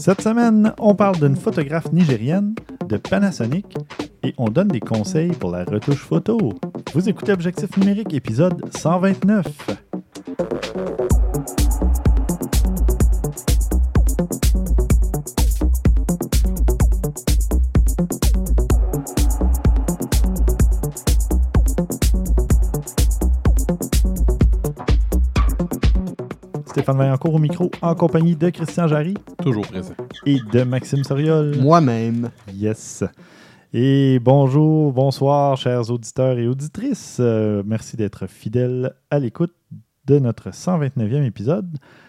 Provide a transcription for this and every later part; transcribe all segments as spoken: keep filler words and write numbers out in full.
Cette semaine, on parle d'une photographe nigérienne, de Panasonic, et on donne des conseils pour la retouche photo. Vous écoutez Objectif numérique, épisode cent vingt-neuf. Stéphane Vaillancourt au micro, en compagnie de Christian Jarry. Toujours présent. Et de Maxime Soriol. Moi-même. Yes. Et bonjour, bonsoir, chers auditeurs et auditrices. Euh, merci d'être fidèles à l'écoute de notre cent vingt-neuvième épisode.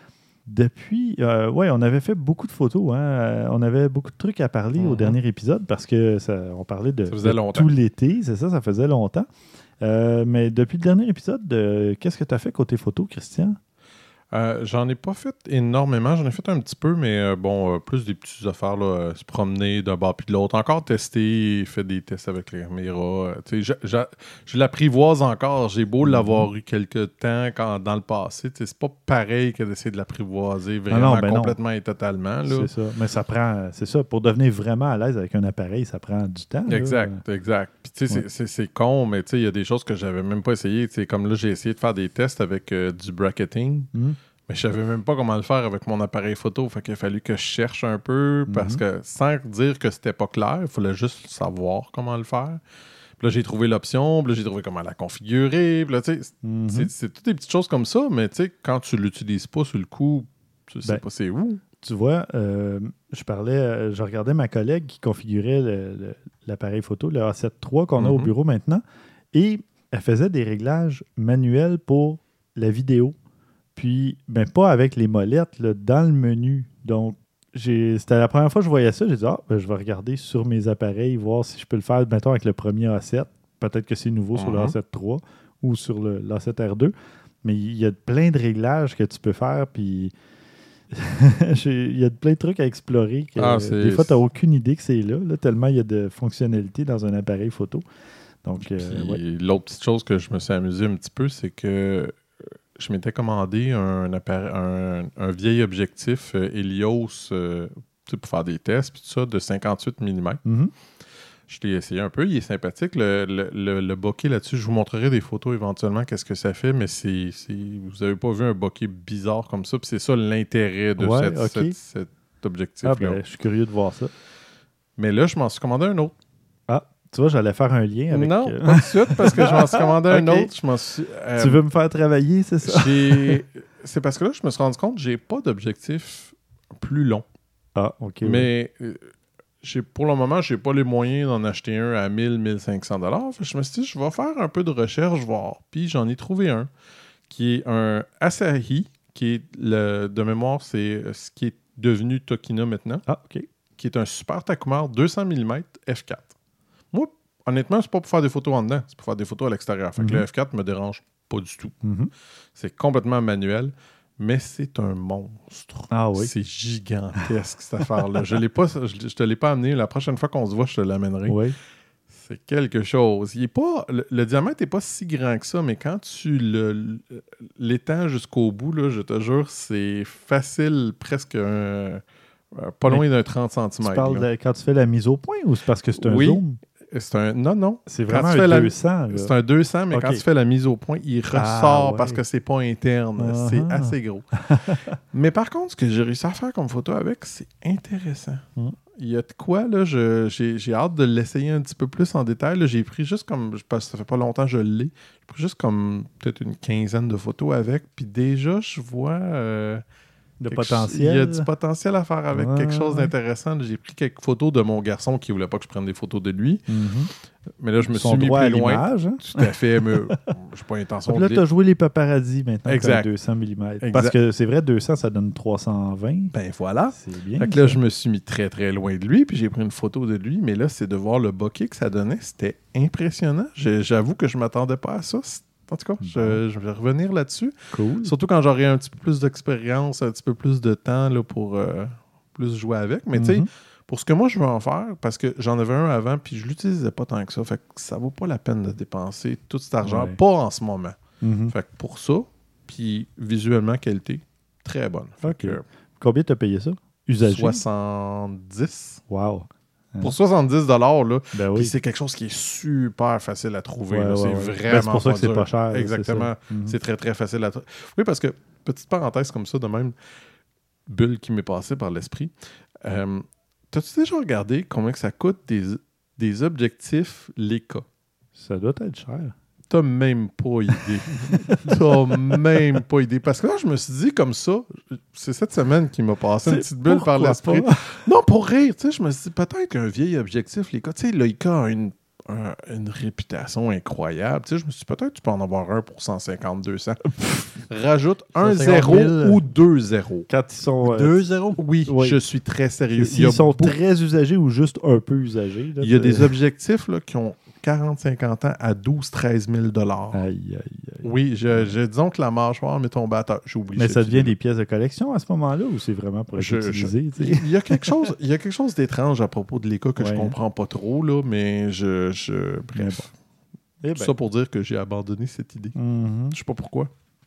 Depuis, euh, ouais, on avait fait beaucoup de photos. Hein? Euh, on avait beaucoup de trucs à parler mm-hmm. au dernier épisode parce que ça, on parlait de, de tout l'été. C'est ça, ça faisait longtemps. Euh, mais depuis le dernier épisode, euh, qu'est-ce que tu as fait côté photo, Christian? Euh, j'en ai pas fait énormément. J'en ai fait un petit peu, mais euh, bon, euh, plus des petites affaires, là, euh, se promener d'un bord puis de l'autre. Encore tester, faire des tests avec les caméras. Euh, je, je, je l'apprivoise encore. J'ai beau mm-hmm. l'avoir eu quelques temps quand, dans le passé. C'est pas pareil que d'essayer de l'apprivoiser vraiment ah non, ben complètement non. et totalement. Là. C'est ça. Mais ça prend, c'est ça. Pour devenir vraiment à l'aise avec un appareil, ça prend du temps. Exact, là. exact. Puis tu sais, ouais. c'est, c'est, c'est con, mais tu sais, il y a des choses que j'avais même pas essayé. T'sais, comme là, j'ai essayé de faire des tests avec euh, du bracketing. Mm. Mais je savais même pas comment le faire avec mon appareil photo. Fait qu'il a fallu que je cherche un peu parce mm-hmm. que sans dire que c'était pas clair, il fallait juste savoir comment le faire. Puis là, j'ai trouvé l'option, puis là, j'ai trouvé comment la configurer. Puis là, tu sais, mm-hmm. c'est, c'est toutes des petites choses comme ça, mais tu sais, quand tu l'utilises pas sur le coup, tu sais ben, pas c'est où. Tu vois, euh, je parlais, euh, je regardais ma collègue qui configurait le, le, l'appareil photo, le A sept trois qu'on mm-hmm. a au bureau maintenant, et elle faisait des réglages manuels pour la vidéo. Puis, ben pas avec les molettes, là, dans le menu. Donc, j'ai, c'était la première fois que je voyais ça. J'ai dit, ah, ben, je vais regarder sur mes appareils, voir si je peux le faire, mettons, avec le premier A sept. Peut-être que c'est nouveau uh-huh. sur le A sept trois ou sur le, l'A sept R deux. Mais il y a plein de réglages que tu peux faire. Puis, il y a plein de trucs à explorer. Que, ah, des fois, tu n'as aucune idée que c'est là, là, tellement il y a de fonctionnalités dans un appareil photo. Donc, euh, puis, ouais. l'autre petite chose que je me suis amusé un petit peu, c'est que je m'étais commandé un, un, un vieil objectif euh, Helios euh, pour faire des tests, puis tout ça, de cinquante-huit millimètres. Mm-hmm. Je l'ai essayé un peu, il est sympathique. Le, le, le, le bokeh là-dessus, je vous montrerai des photos éventuellement, qu'est-ce que ça fait, mais c'est, c'est vous n'avez pas vu un bokeh bizarre comme ça, puis c'est ça l'intérêt de ouais, cette, okay. cette, cet objectif-là. Ah ben, je suis curieux de voir ça. Mais là, je m'en suis commandé un autre. Ah, tu vois, j'allais faire un lien avec... Non, pas de suite, parce que je m'en suis commandé un okay. autre. Je m'en suis, euh, tu veux me faire travailler, c'est ça? J'ai... C'est parce que là, je me suis rendu compte que j'ai pas d'objectif plus long. Ah, OK. Mais oui. j'ai, pour le moment, j'ai pas les moyens d'en acheter un à mille à mille cinq cents dollars. Je me suis dit, je vais faire un peu de recherche, voir. Puis j'en ai trouvé un, qui est un Asahi, qui est, le, de mémoire, c'est ce qui est devenu Tokina maintenant. Ah, OK. Qui est un super Takumar deux cents millimètres F quatre. Moi, honnêtement, c'est pas pour faire des photos en dedans, c'est pour faire des photos à l'extérieur. Fait que mm-hmm. le F quatre me dérange pas du tout. Mm-hmm. C'est complètement manuel, mais c'est un monstre. Ah oui? C'est gigantesque, cette affaire-là. Je l'ai pas, je, je te l'ai pas amené. La prochaine fois qu'on se voit, je te l'amènerai. Oui. C'est quelque chose. Il est pas, le, le diamètre n'est pas si grand que ça, mais quand tu le, l'étends jusqu'au bout, là, je te jure, c'est facile, presque un... Euh, pas mais loin d'un trente centimètres. Tu parles de, quand tu fais la mise au point ou c'est parce que c'est un oui, zoom? C'est un, non, non. C'est vraiment un deux cents. La, c'est un deux cents, mais okay. quand tu fais la mise au point, il ressort ah, ouais. parce que c'est pas interne. Uh-huh. C'est assez gros. Mais par contre, ce que j'ai réussi à faire comme photo avec, c'est intéressant. Mm. Il y a de quoi, là, je, j'ai, j'ai hâte de l'essayer un petit peu plus en détail. Là, j'ai pris juste comme, parce que ça fait pas longtemps que je l'ai, j'ai pris juste comme peut-être une quinzaine de photos avec. Puis déjà, je vois... Euh, de potentiel. Il y a du potentiel à faire avec ouais, quelque chose ouais. d'intéressant. J'ai pris quelques photos de mon garçon qui ne voulait pas que je prenne des photos de lui. Mm-hmm. Mais là, je me Son suis mis plus à loin. L'image, hein? Tout à fait, mais je n'ai pas l'intention de... Là, tu as joué les paparazzis maintenant exact. deux cents millimètres. Exact. Parce que c'est vrai, deux cents, ça donne trois cent vingt. Ben voilà. C'est bien. Fait que là, je me suis mis très, très loin de lui, puis j'ai pris une photo de lui. Mais là, c'est de voir le bokeh que ça donnait. C'était impressionnant. Je, j'avoue que je ne m'attendais pas à ça. C'était... En tout cas, bon. je, je vais revenir là-dessus. Cool. Surtout quand j'aurai un petit peu plus d'expérience, un petit peu plus de temps là, pour euh, plus jouer avec. Mais mm-hmm. tu sais, pour ce que moi je veux en faire, parce que j'en avais un avant puis je l'utilisais pas tant que ça, fait que ça vaut pas la peine de dépenser tout cet argent, ouais. pas en ce moment. Mm-hmm. Fait que pour ça, puis visuellement, qualité, très bonne. Fait okay. que, combien t'as payé ça? usagé? soixante-dix. Wow. Hein. Pour soixante-dix dollars, là, ben oui. puis c'est quelque chose qui est super facile à trouver. Ouais, là. ouais, c'est ouais. vraiment ben, c'est pour ça pas que c'est dur. pas cher. Exactement. C'est, mm-hmm. c'est très, très facile à trouver. Oui, parce que, petite parenthèse comme ça, de même, bulle qui m'est passée par l'esprit. Euh, T'as-tu déjà regardé combien que ça coûte des, des objectifs Leica? Ça doit être cher. T'as même pas idée. T'as même pas idée. Parce que là, je me suis dit comme ça, c'est cette semaine qui m'a passé une petite bulle par l'esprit. Pas? Non, pour rire, tu sais, je me suis dit peut-être qu'un vieil objectif Leica, tu sais, Leica a une, un, une réputation incroyable. Tu sais, je me suis dit peut-être tu peux en avoir un pour cent cinquante, deux cents. Rajoute un zéro ou deux zéros. Quand ils sont... Euh, deux zéros? Oui, oui, je suis très sérieux. S'ils sont beaucoup... très usagés ou juste un peu usagés. Là, il y a des objectifs là, qui ont quarante à cinquante ans à douze à treize mille dollars. Aïe, aïe, aïe. Oui, je, je, disons que la mâchoire m'est tombée à terre. J'ai oublié. Mais ça devient des pièces de collection à ce moment-là ou c'est vraiment pour être je, utilisé? Je, il, y a quelque chose, il y a quelque chose d'étrange à propos de Leica que ouais. je comprends pas trop, là, mais je... je bref. Bon. Tout ben. ça pour dire que j'ai abandonné cette idée. Mm-hmm. Je sais pas pourquoi.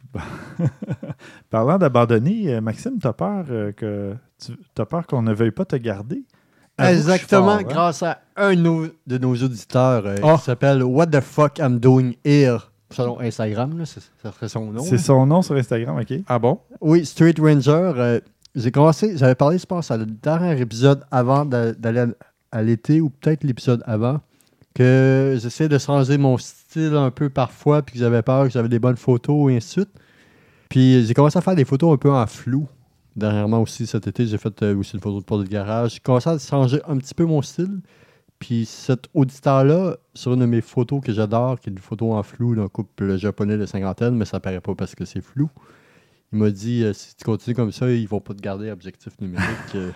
Parlant d'abandonner, Maxime, t'as peur euh, que tu as peur qu'on ne veuille pas te garder? Exactement, fort, hein? Grâce à un de nos auditeurs euh, oh. qui s'appelle What the fuck I'm doing here, selon Instagram, là, c'est, ça serait son nom. C'est hein? son nom sur Instagram, ok. Ah bon? Oui, Street Ranger. Euh, j'ai commencé, j'avais parlé, je pense, à le dernier épisode avant d'aller à, à l'été, ou peut-être l'épisode avant, que j'essayais de changer mon style un peu parfois, puis que j'avais peur que j'avais des bonnes photos, et ainsi de suite. Puis j'ai commencé à faire des photos un peu en flou. Dernièrement aussi, cet été, j'ai fait euh, aussi une photo de porte de garage. J'ai commencé à changer un petit peu mon style. Puis cet auditeur-là, sur une de mes photos que j'adore, qui est une photo en flou d'un couple japonais de cinquantaine, mais ça paraît pas parce que c'est flou, il m'a dit, euh, si tu continues comme ça, ils vont pas te garder objectif numérique. Euh.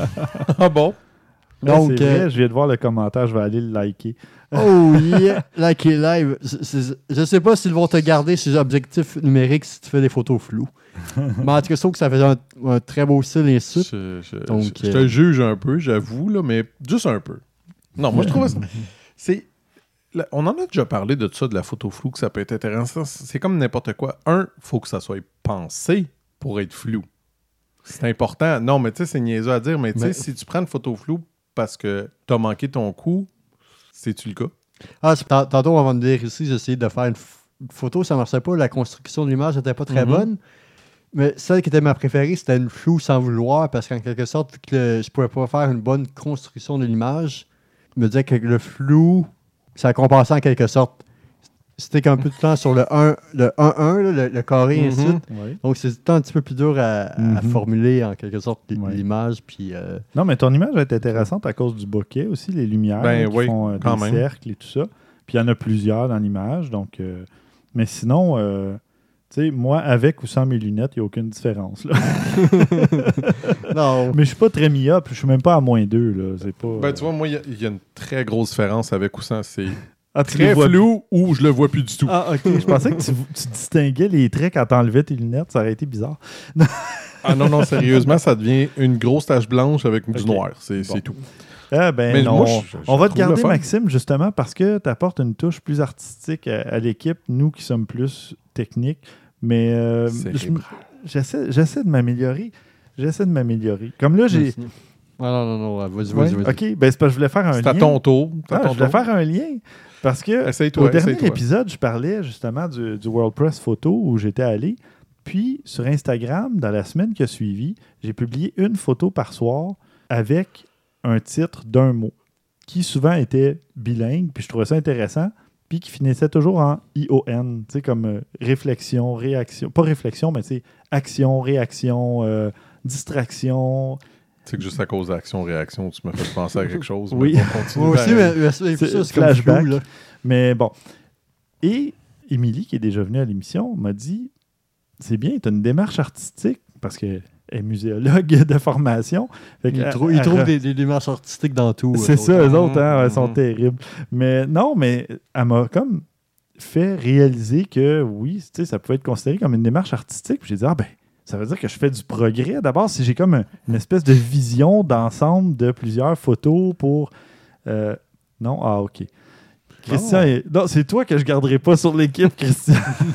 Ah bon? Donc, c'est vrai, euh, je viens de voir le commentaire, je vais aller le liker. Oh yeah, liker live. Je, je sais pas s'ils vont te garder sur objectif numérique si tu fais des photos floues. Mais en tout cas, je trouve que ça fait un, un très beau style et ainsi de suite. Je, je, Donc, je, je te euh... juge un peu, j'avoue, là, mais juste un peu. Non, moi je trouve ça. C'est, là, on en a déjà parlé de ça, de la photo floue, que ça peut être intéressant. C'est comme n'importe quoi. Un, il faut que ça soit pensé pour être flou. C'est important. Non, mais tu sais, c'est niaiseux à dire, mais tu sais, mais... si tu prends une photo floue parce que tu as manqué ton coup, c'est-tu le cas? Ah, c'est, tantôt, avant de dire ici, j'ai essayé de faire une, f- une photo, ça ne marchait pas. La construction de l'image n'était pas très mm-hmm. bonne. Mais celle qui était ma préférée, c'était une floue sans vouloir, parce qu'en quelque sorte, vu que le, je ne pouvais pas faire une bonne construction de l'image, je me disais que le flou, ça compensait en quelque sorte. C'était un peu de temps sur le un un, le, le carré, et ainsi de suite. Oui. Donc, c'est un petit peu plus dur à, mm-hmm. à formuler, en quelque sorte, oui. l'image. Puis, euh... Non, mais ton image est intéressante à cause du bokeh aussi, les lumières ben, là, qui oui, font euh, des même. cercles et tout ça. Puis, il y en a plusieurs dans l'image. Donc, euh... Mais sinon... Euh... Tu sais, moi, avec ou sans mes lunettes, il n'y a aucune différence. Là. Non. Mais je suis pas très myope, je suis même pas à moins deux. Là. C'est pas, ben, tu vois, moi, il y, y a une très grosse différence avec ou sans. C'est ah, très flou ou je le vois plus du tout. Ah, ok. Je pensais que tu, tu distinguais les traits quand tu enlevais tes lunettes. Ça aurait été bizarre. Ah non, non, sérieusement, ça devient une grosse tache blanche avec okay. du noir. C'est, bon. c'est tout. Ah ben Mais non, moi, je, je on va te garder, Maxime, justement, parce que tu apportes une touche plus artistique à, à l'équipe, nous qui sommes plus techniques. Mais euh, je, j'essaie, j'essaie de m'améliorer. J'essaie de m'améliorer. Comme là, j'ai... Ah non, non, non, vas-y, ouais, vas-y, vas-y. OK, ben c'est parce que je voulais faire un c'est lien. C'est à ton tour. Ah, ton je voulais tour. faire un lien. Parce que essaye-toi, au dernier essaye-toi. épisode, je parlais justement du, du World Press Photo où j'étais allé. Puis, sur Instagram, dans la semaine qui a suivi, j'ai publié une photo par soir avec un titre d'un mot qui souvent était bilingue, puis je trouvais ça intéressant, puis qui finissait toujours en I O N, tu sais, comme euh, réflexion, réaction, pas réflexion, mais tu sais, action, réaction, euh, distraction. Tu sais que juste à cause d'action-réaction, tu me fais penser à quelque chose. Oui. Moi aussi, mais, mais c'est, c'est, ça, c'est flashback. Comme flou, là. Mais bon. Et Émilie, qui est déjà venue à l'émission, m'a dit, c'est bien, tu as une démarche artistique, parce que est muséologue de formation. Fait il, trou- il trouve des, des démarches artistiques dans tout. C'est ça, eux autres, hein, elles sont terribles. Mais non, mais elle m'a comme fait réaliser que oui, ça pouvait être considéré comme une démarche artistique. Puis j'ai dit, ah ben, ça veut dire que je fais du progrès. D'abord, si j'ai comme un, une espèce de vision d'ensemble de plusieurs photos pour... Euh, non? Ah, OK. Christian, est... non, c'est toi que je garderai pas sur l'équipe, Christian.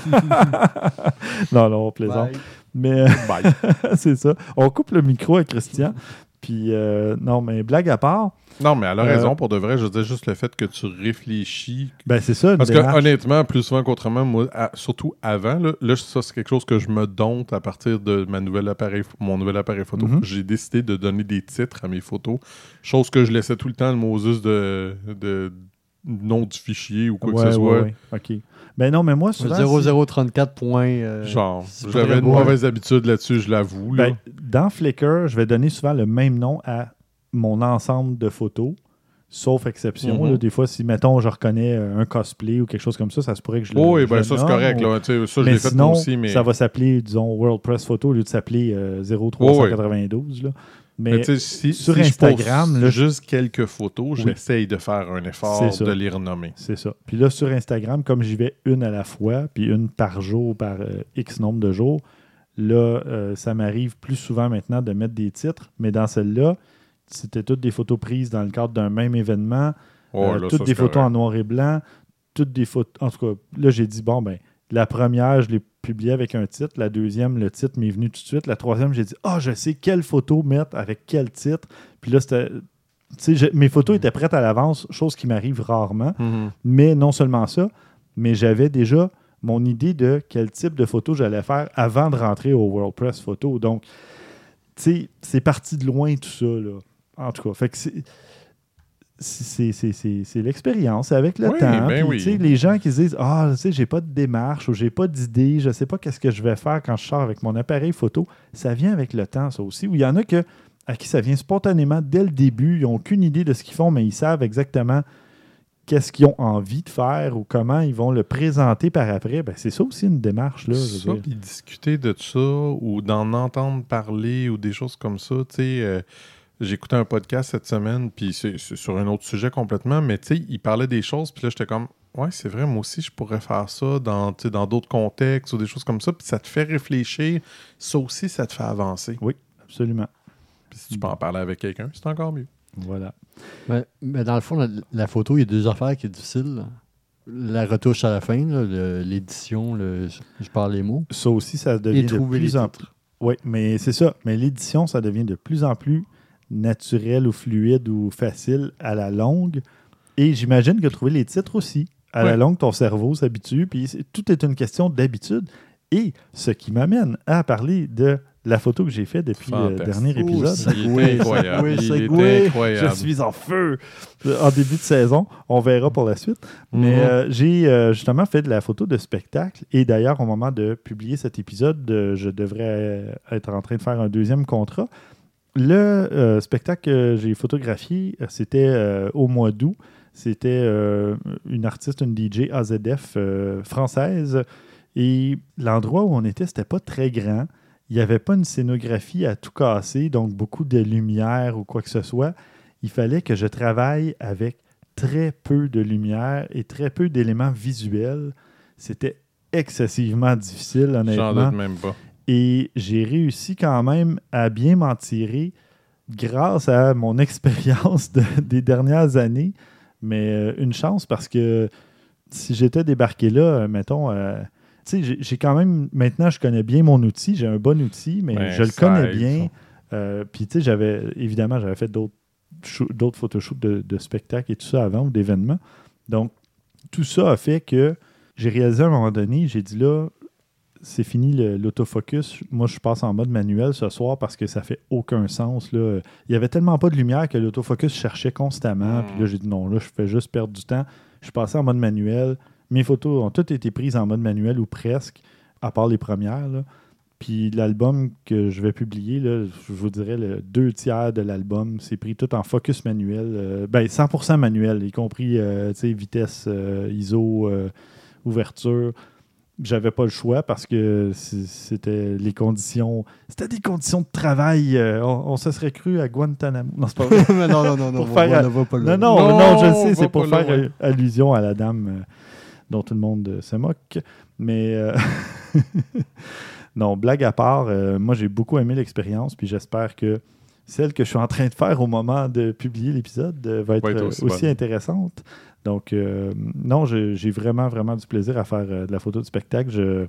non, non, on plaisante. Bye. Mais c'est ça. On coupe le micro à Christian. Puis, euh, non, mais blague à part. Non, mais elle a Euh, raison, pour de vrai. Je veux dire, juste le fait que tu réfléchis. Ben, c'est ça. une Parce que démarche. honnêtement, plus souvent qu'autrement, moi, à- surtout avant, là, là, ça, c'est quelque chose que je me dompte à partir de ma nouvelle appareil, mon nouvel appareil photo. Mhm. J'ai décidé de donner des titres à mes photos. Chose que je laissais tout le temps le Moses de, de nom du fichier ou quoi Ouais, que ce soit. ouais, ouais. OK. Ben non, mais moi, souvent... zéro si- zéro trente-quatre points. euh, Genre, c'est pas j'avais très une beau. mauvaise habitude là-dessus, je l'avoue. là. Ben, dans Flickr, je vais donner souvent le même nom à mon ensemble de photos, sauf exception. Mhm. là. Des fois, si, mettons, je reconnais euh, un cosplay ou quelque chose comme ça, ça se pourrait que je le Oh, et je ben le ça, c'est nomme, correct. ou- Là. Tu sais, ça, je Mais l'ai fait moi sinon, aussi. Mais, ça va s'appeler, disons, WordPress Photo au lieu de s'appeler euh, zéro trois cent quatre-vingt-douze. là. mais Mais tu sais, si, sur si je Instagram, poste là, juste quelques photos, Oui. j'essaye de faire un effort C'est ça. de les renommer. c'est ça. Puis là, sur Instagram, comme j'y vais une à la fois, puis une par jour, par euh, X nombre de jours, là, euh, ça m'arrive plus souvent maintenant de mettre des titres, mais dans celle-là, c'était toutes des photos prises dans le cadre d'un même événement. Oh, Euh, là, toutes ça, des c'est photos correct. en noir et blanc, toutes des photos. En tout cas, là, j'ai dit, bon, ben, la première, je l'ai publiée avec un titre. La deuxième, le titre m'est venu tout de suite. La troisième, j'ai dit, ah, je sais quelle photo mettre avec quel titre. Puis là, c'était. Tu sais, je- mes photos étaient prêtes à l'avance, chose qui m'arrive rarement. Mhm. Mais non seulement ça, mais j'avais déjà mon idée de quel type de photo j'allais faire avant de rentrer au WordPress Photo. Donc, tu sais, c'est parti de loin tout ça, là. En tout cas, fait que c'est. C'est, c'est, c'est, c'est l'expérience avec le Oui, temps. ben Puis, oui. tu sais, les gens qui se disent ah, tu sais, j'ai pas de démarche ou j'ai pas d'idée, je sais pas qu'est-ce que je vais faire quand je sors avec mon appareil photo, ça vient avec le temps, ça aussi. Ou il y en a que, à qui ça vient spontanément dès le début, ils n'ont aucune idée de ce qu'ils font, mais ils savent exactement qu'est-ce qu'ils ont envie de faire ou comment ils vont le présenter par après. Ben, c'est ça aussi une démarche. Là, je veux Ça, dire. puis discuter de ça ou d'en entendre parler ou des choses comme ça, tu sais, euh, j'ai écouté un podcast cette semaine, puis c'est, c'est sur un autre sujet complètement, mais tu sais, il parlait des choses, puis là, j'étais comme, ouais, c'est vrai, moi aussi, je pourrais faire ça dans, tu sais, dans d'autres contextes ou des choses comme ça, puis ça te fait réfléchir, ça aussi, ça te fait avancer. Oui, absolument. Puis si tu peux en parler avec quelqu'un, c'est encore mieux. Voilà. Mais, mais dans le fond, la, la photo, il y a deux affaires qui sont difficiles. là. La retouche à la fin, là, le- l'édition, le, je parle les mots. Ça aussi, ça devient Et de trouver plus les en plus. Oui, mais c'est ça. Mais l'édition, ça devient de plus en plus naturel ou fluide ou facile à la longue. Et j'imagine que trouver les titres aussi. À la Ouais. longue, ton cerveau s'habitue. Puis c'est- tout est une question d'habitude. Et ce qui m'amène à parler de la photo que j'ai faite depuis le Fantastique. dernier épisode. ça- Il Oui, est incroyable. oui, Il c'est est oui. incroyable. Je suis en feu en début de saison. On verra pour la suite. Mais Mhm. euh, j'ai euh, justement fait de la photo de spectacle. Et d'ailleurs, au moment de publier cet épisode, euh, je devrais euh, être en train de faire un deuxième contrat. Le euh, spectacle que j'ai photographié, euh, c'était euh, au mois d'août. C'était euh, une artiste, une D J A Z F euh, française. Et l'endroit où on était, c'était pas très grand. Il n'y avait pas une scénographie à tout casser, donc beaucoup de lumière ou quoi que ce soit. Il fallait que je travaille avec très peu de lumière et très peu d'éléments visuels. C'était excessivement difficile, J'en honnêtement. doute même pas. Et j'ai réussi quand même à bien m'en tirer grâce à mon expérience de- des dernières années. Mais euh, une chance parce que si j'étais débarqué là, euh, mettons, euh, tu sais, j'ai- j'ai quand même, maintenant je connais bien mon outil, j'ai un bon outil, mais Ben, je le ça connais aide, bien. ça. Euh, Puis tu sais, j'avais, évidemment, j'avais fait d'autres shoo- d'autres photoshoots de, de spectacles et tout ça avant ou d'événements. Donc, tout ça a fait que j'ai réalisé à un moment donné, j'ai dit là, c'est fini le- l'autofocus. Moi, je passe en mode manuel ce soir parce que ça fait aucun sens. Là. Il n'y avait tellement pas de lumière que l'autofocus cherchait constamment. Mm. Puis là, j'ai dit non, là, je fais juste perdre du temps. Je suis passé en mode manuel. Mes photos ont toutes été prises en mode manuel ou presque, à part les premières. Là. Puis l'album que je vais publier, là, je vous dirais le deux tiers de l'album, c'est pris tout en focus manuel. Euh, ben, cent pour cent manuel, y compris euh, tu sais, vitesse, euh, I S O, euh, ouverture. J'avais pas le choix parce que c- c'était les conditions. C'était des conditions de travail. euh, on, on se serait cru à Guantanamo. Non, c'est pas vrai. Mais non, non, non, non, Pour on faire va- un- on ne va pas Non, là. non, Non, non, je le on sais, va c'est pour pas faire loin. euh, allusion à la dame euh, dont tout le monde euh, se moque. Mais euh, non, blague à part, euh, moi j'ai beaucoup aimé l'expérience, puis j'espère que celle que je suis en train de faire au moment de publier l'épisode euh, va être, va être aussi, euh, aussi intéressante. Donc, euh, non, j'ai, j'ai vraiment, vraiment du plaisir à faire euh, de la photo de spectacle. Je,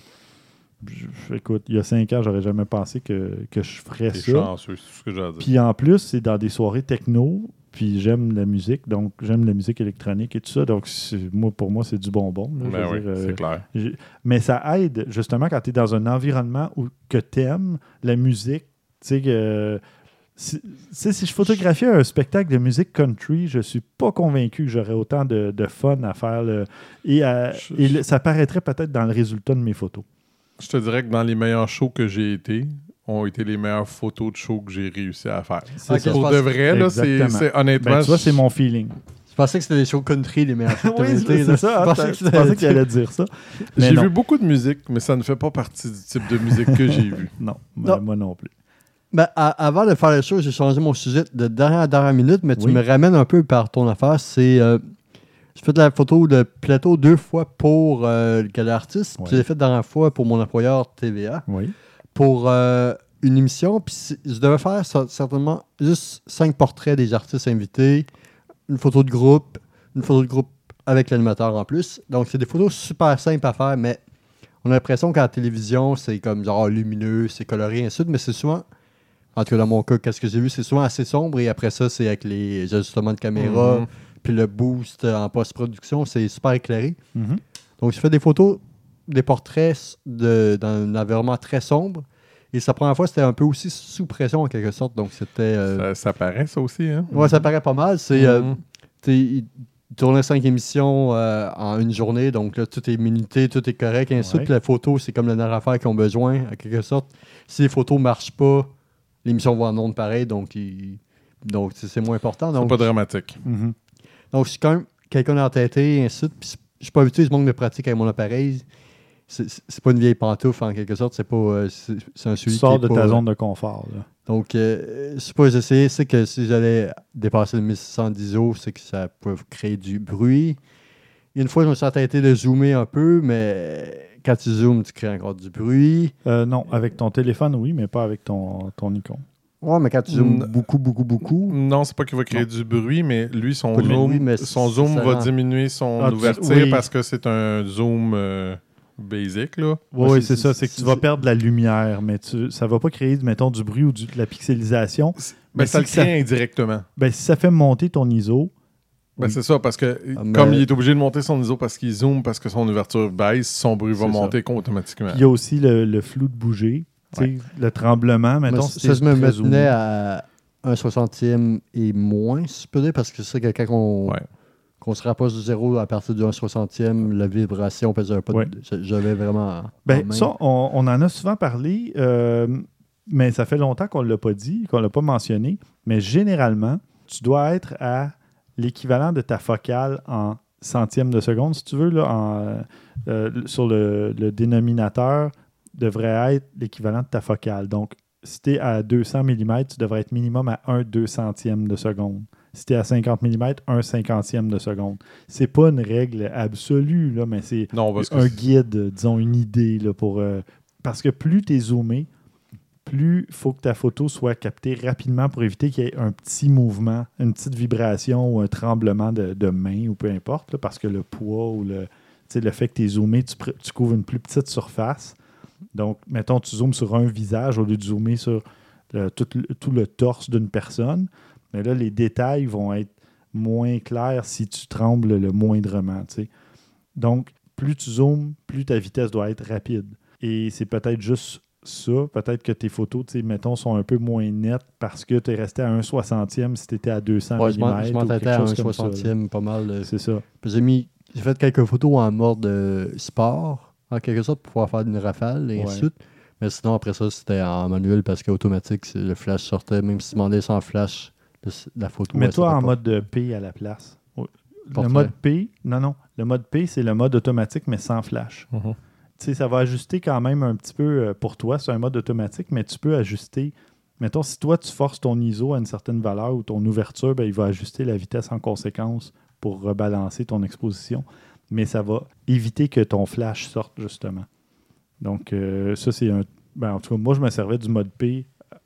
je, écoute, il y a cinq ans, j'aurais jamais pensé que, que je ferais T'es ça. chanceux, c'est tout ce que j'ai à dire. Puis en plus, c'est dans des soirées techno, puis j'aime la musique, donc j'aime la musique électronique et tout ça. Donc, moi, pour moi, c'est du bonbon. Là, ben oui, dire, euh, c'est clair. Mais ça aide, justement, quand tu es dans un environnement où, que tu aimes la musique. Tu sais, que... Si, si je photographiais un spectacle de musique country, je suis pas convaincu que j'aurais autant de, de fun à faire. Le, et à, je, et le, ça paraîtrait peut-être dans le résultat de mes photos. Je te dirais que dans les meilleurs shows que j'ai été, ont été les meilleures photos de shows que j'ai réussi à faire. C'est okay, pour de vrai, là, c'est, c'est honnêtement... Ben, tu vois, c'est mon feeling. Je pensais que c'était des shows country, les meilleurs shows que oui, été, c'est ça. Je pensais, que, pensais qu'il allait dire ça. Mais j'ai non. vu beaucoup de musique, mais ça ne fait pas partie du type de musique que j'ai vu. Non, ben, non, moi non plus. Ben, à, avant de faire les choses, j'ai changé mon sujet de dernière à dernière minute, mais tu oui. me ramènes un peu par ton affaire. C'est, euh, j'ai fait de la photo de plateau deux fois pour euh, le Gala Artiste, oui. puis j'ai fait la dernière fois pour mon employeur T V A, oui. pour euh, une émission. Puis je devais faire ça, certainement juste cinq portraits des artistes invités, une photo de groupe, une photo de groupe avec l'animateur en plus. Donc, c'est des photos super simples à faire, mais on a l'impression qu'à la télévision, c'est comme genre lumineux, c'est coloré, ainsi de suite, mais c'est souvent... En tout cas, dans mon cas, qu'est-ce que j'ai vu, c'est souvent assez sombre et après ça, c'est avec les ajustements de caméra, mm-hmm. puis le boost en post-production, c'est super éclairé. Mm-hmm. Donc, j'ai fait des photos, des portraits de, dans un environnement très sombre. Et sa première fois, c'était un peu aussi sous pression en quelque sorte. Donc, c'était. Euh... Ça, ça paraît, ça aussi, hein? Ouais, ça paraît pas mal. C'est. Mm-hmm. Euh, il tournait cinq émissions euh, en une journée, donc là, tout est minuté, tout est correct, et ainsi de suite. Puis la photo, c'est comme le nerf à faire qu'ils ont besoin, en quelque sorte. Si les photos ne marchent pas, l'émission va en ondes pareil, donc, il... donc c'est moins important. Donc, c'est pas dramatique. Mm-hmm. Donc, je suis quand même quelqu'un d'entêté, et ainsi de suite. Puis, je suis pas habitué, je manque de pratique avec mon appareil. C'est, c'est pas une vieille pantoufle, en quelque sorte. C'est pas euh, c'est, c'est un suivi. Tu sors qui est de pas, ta zone de confort. Là. Donc, euh, je sais pas, j'essayais. C'est que si j'allais dépasser le mille six cents d'I S O, c'est que ça peut créer du bruit. Et une fois, je me suis entêté de zoomer un peu, mais quand tu zoomes, tu crées encore du bruit. Euh, non, avec ton téléphone, oui, mais pas avec ton, ton Nikon. Ouais, mais quand tu zoomes mmh. beaucoup, beaucoup, beaucoup... Non, c'est pas qu'il va créer non. du bruit, mais lui, son pas zoom, bruit, son zoom va rend... diminuer son ah, ouverture oui. parce que c'est un zoom euh, basic, là. Oui, ouais, c'est, c'est ça. C'est que tu vas perdre de la lumière, mais tu, ça va pas créer, mettons, du bruit ou du, de la pixelisation. Ben, mais ça si le crée ça, indirectement. Ben, si ça fait monter ton I S O... Ben, oui. C'est ça, parce que ah, comme il est obligé de monter son I S O parce qu'il zoome, parce que son ouverture baisse, son bruit va monter ça. automatiquement. Puis il y a aussi le, le flou de bouger. Ouais. Le tremblement, mettons, si ça, je me maintenais à un soixantième et moins, si je peux dire, parce que c'est quelqu'un qu'on, ouais. qu'on se rapproche du zéro à partir du un soixantième, la vibration, pas ouais. de, j'avais vraiment... Ben, ça, on, on en a souvent parlé, euh, mais ça fait longtemps qu'on ne l'a pas dit, qu'on ne l'a pas mentionné, mais généralement, tu dois être à l'équivalent de ta focale en centième de seconde, si tu veux, là, en, euh, sur le, le dénominateur, devrait être l'équivalent de ta focale. Donc, si tu es à deux cents millimètres, tu devrais être minimum à un deux centième de seconde. Si tu es à cinquante millimètres, un cinquantième de seconde. C'est pas une règle absolue, là, mais c'est non, un c'est... guide, disons, une idée. Là, pour, euh, parce que plus tu es zoomé, plus il faut que ta photo soit captée rapidement pour éviter qu'il y ait un petit mouvement, une petite vibration ou un tremblement de, de main ou peu importe, là, parce que le poids ou le, le fait que tu es zoomé, tu, tu couvres une plus petite surface. Donc, mettons, tu zoomes sur un visage au lieu de zoomer sur le, tout, le, tout le torse d'une personne. Mais là, les détails vont être moins clairs si tu trembles le moindrement. T'sais. Donc, plus tu zoomes, plus ta vitesse doit être rapide. Et c'est peut-être juste ça. Peut-être que tes photos, mettons, sont un peu moins nettes parce que tu es resté à un soixantième si tu étais à deux cents millimètres. Je m'entêtais à un soixantième, pas mal. Euh, c'est ça. J'ai, mis, j'ai fait quelques photos en mode euh, sport. En quelque sorte, pour pouvoir faire une rafale et ainsi de suite. Mais sinon, après ça, c'était en manuel parce qu'automatique, le flash sortait. Même si tu demandais sans flash, le, la photo... Mets-toi en mode de P à la place. Portrait. Le mode P, non, non. Le mode P, c'est le mode automatique, mais sans flash. Uh-huh. Tu sais, ça va ajuster quand même un petit peu pour toi. C'est un mode automatique, mais tu peux ajuster... Mettons, si toi, tu forces ton I S O à une certaine valeur ou ton ouverture, ben, il va ajuster la vitesse en conséquence pour rebalancer ton exposition. Mais ça va éviter que ton flash sorte, justement. Donc, euh, ça, c'est un... Ben, en tout cas, moi, je me servais du mode P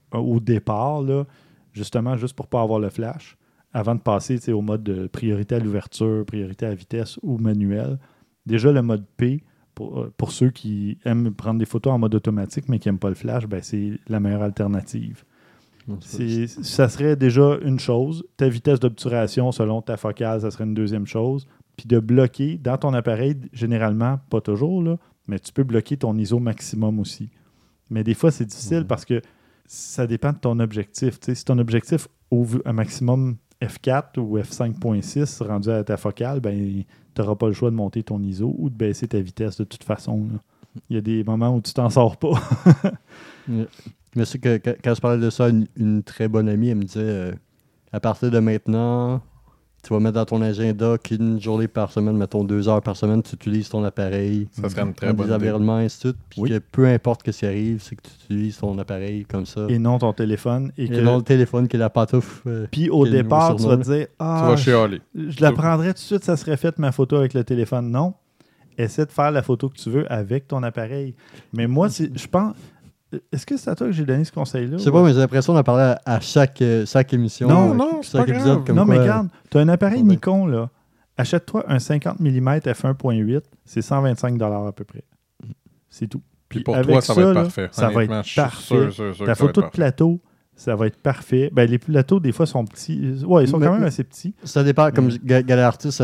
au départ, là, justement, juste pour ne pas avoir le flash, avant de passer au mode de priorité à l'ouverture, priorité à la vitesse ou manuel. Déjà, le mode P, pour, pour ceux qui aiment prendre des photos en mode automatique mais qui n'aiment pas le flash, ben, c'est la meilleure alternative. C'est, ça serait déjà une chose. Ta vitesse d'obturation selon ta focale, ça serait une deuxième chose. Puis de bloquer dans ton appareil, généralement, pas toujours, là, mais tu peux bloquer ton I S O maximum aussi. Mais des fois, c'est difficile mmh. parce que ça dépend de ton objectif. T'sais, si ton objectif ouvre un maximum F quatre ou F cinq point six rendu à ta focale, ben, tu n'auras pas le choix de monter ton I S O ou de baisser ta vitesse de toute façon. Là. Il y a des moments où tu t'en sors pas. Mais c'est que quand je parlais de ça, une, une très bonne amie, elle me disait euh, à partir de maintenant, tu vas mettre dans ton agenda qu'une journée par semaine, mettons deux heures par semaine, tu utilises ton appareil. Ça serait une très bonne idée. Des environnements, ainsi de suite. Puis oui. que peu importe ce qui arrive, c'est que tu utilises ton appareil comme ça. Et non ton téléphone. Et, et que... non le téléphone qui est la pantoufle. Euh, Puis au départ, tu vas te dire ah, tu vas chialer. Je, je la prendrais tout de suite, ça serait fait ma photo avec le téléphone. Non. Essaie de faire la photo que tu veux avec ton appareil. Mais moi, c'est, je pense. Est-ce que c'est à toi que j'ai donné ce conseil-là? Je sais pas, mais j'ai l'impression d'en parler à, à chaque, euh, chaque émission. Non, euh, non, chaque c'est épisode. Comme comme non, quoi, mais regarde, tu as un appareil euh, Nikon, là. Achète-toi un cinquante millimètres f un point huit, c'est cent vingt-cinq dollars à peu près. C'est tout. Puis pour toi, ça, ça va être parfait. Ça va être parfait. Sûr, sûr, sûr Ta photo de plateau, ça va être parfait. Ben, les plateaux, des fois, sont petits. Ouais, ils sont mais, quand même assez petits. Ça dépend. Comme mm. Galet Artist,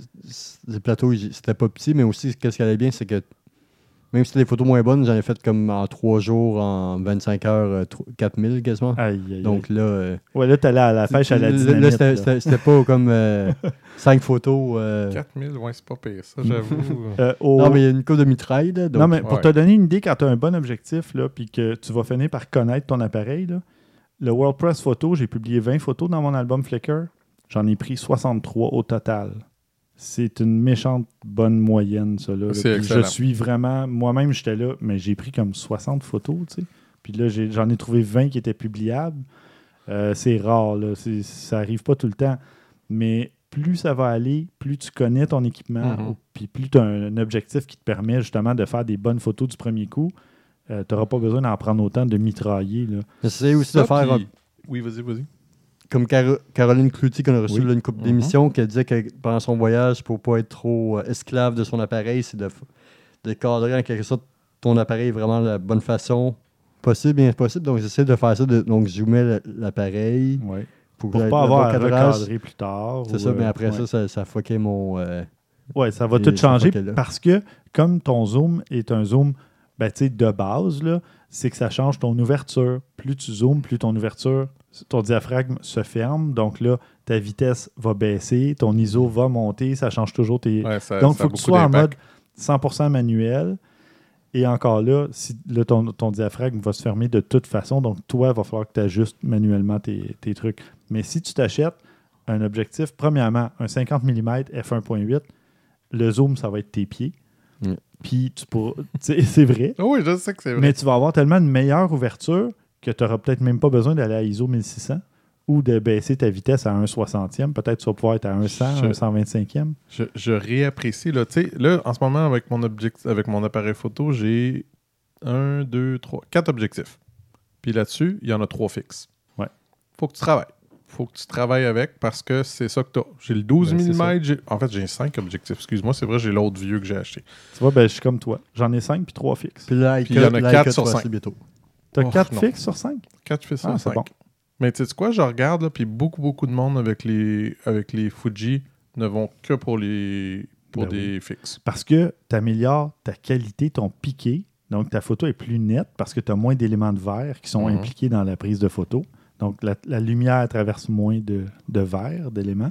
les plateaux, c'était pas petit, mais aussi, qu'est-ce qui allait bien, c'est que même si c'était des photos moins bonnes, j'en ai fait comme en trois jours, en vingt-cinq heures, quatre mille quasiment. Aïe, aïe, Donc là... Euh, ouais, là, t'allais à la pêche à la dynamite. Là, c'était, c'était, c'était pas comme euh, cinq photos. Euh... quatre mille, ouais, c'est pas pire, ça, j'avoue. euh, au... Non, mais il y a une coupe de mitraille. Là, donc... Non, mais pour ouais. te donner une idée, quand tu as un bon objectif, là, puis que tu vas finir par connaître ton appareil, là, le WordPress Photo, j'ai publié vingt photos dans mon album Flickr. J'en ai pris soixante-trois au total. C'est une méchante bonne moyenne, ça. Là, c'est là. excellent. Je suis vraiment... Moi-même, j'étais là, mais j'ai pris comme soixante photos, tu sais. Puis là, j'ai, j'en ai trouvé vingt qui étaient publiables. Euh, c'est rare, là. C'est, ça n'arrive pas tout le temps. Mais plus ça va aller, plus tu connais ton équipement, mm-hmm. puis plus tu as un, un objectif qui te permet justement de faire des bonnes photos du premier coup, euh, tu n'auras pas besoin d'en prendre autant de mitrailler. Là. J'essaie aussi ça, de faire... Puis... Oui, vas-y, vas-y. Comme Car- Caroline Cloutier, qu'on a reçu oui. là, une couple mm-hmm. d'émissions, qui disait que pendant son voyage, pour ne pas être trop euh, esclave de son appareil, c'est de, de cadrer en quelque sorte ton appareil vraiment de la bonne façon possible, bien possible. Donc, j'essaie de faire ça, de, donc zoomer l'appareil. Oui. Pour ne pas avoir à recadrer plus tard. C'est ou, ça, mais après ouais. ça, ça, ça fuckait mon... Euh, oui, ça va tout changer parce que comme ton zoom est un zoom ben, de base, là, c'est que ça change ton ouverture. Plus tu zoomes, plus ton ouverture, ton diaphragme se ferme. Donc là, ta vitesse va baisser, ton I S O va monter, ça change toujours tes... Ouais, ça, donc, il faut que tu sois en mode cent pour cent manuel. Et encore là, si, là ton, ton diaphragme va se fermer de toute façon. Donc, toi, il va falloir que tu ajustes manuellement tes, tes trucs. Mais si tu t'achètes un objectif, premièrement, un cinquante millimètres f un point huit, le zoom, ça va être tes pieds. Mm. Puis, tu pourras... c'est vrai. Oui, je sais que c'est vrai. Mais tu vas avoir tellement une meilleure ouverture que tu n'auras peut-être même pas besoin d'aller à I S O mille six cents ou de baisser ta vitesse à un soixantième. Peut-être que tu vas pouvoir être à un cent, je, un cent vingt-cinquième. Je, je réapprécie. Là, là, en ce moment, avec mon, objectif, avec mon appareil photo, j'ai un, deux, trois, quatre objectifs. Puis là-dessus, il y en a trois fixes. Ouais. Faut que tu travailles. Faut que tu travailles avec parce que c'est ça que tu as. J'ai le douze millimètres. J'ai... En fait, j'ai cinq objectifs. Excuse-moi, c'est vrai, j'ai l'autre vieux que j'ai acheté. Tu vois, ben, je suis comme toi. J'en ai cinq puis trois fixes. Puis là, il y en a quatre sur cinq. Tu as quatre oh, fixes sur cinq? quatre fixes ah, sur cinq. Bon. Mais tu sais quoi, je regarde, là, puis beaucoup, beaucoup de monde avec les, avec les Fuji ne vont que pour, les, pour ben des oui. fixes. Parce que tu améliores ta qualité, ton piqué. Donc, ta photo est plus nette parce que tu as moins d'éléments de verre qui sont mm-hmm. impliqués dans la prise de photo. Donc, la, la lumière traverse moins de, de verre, d'éléments.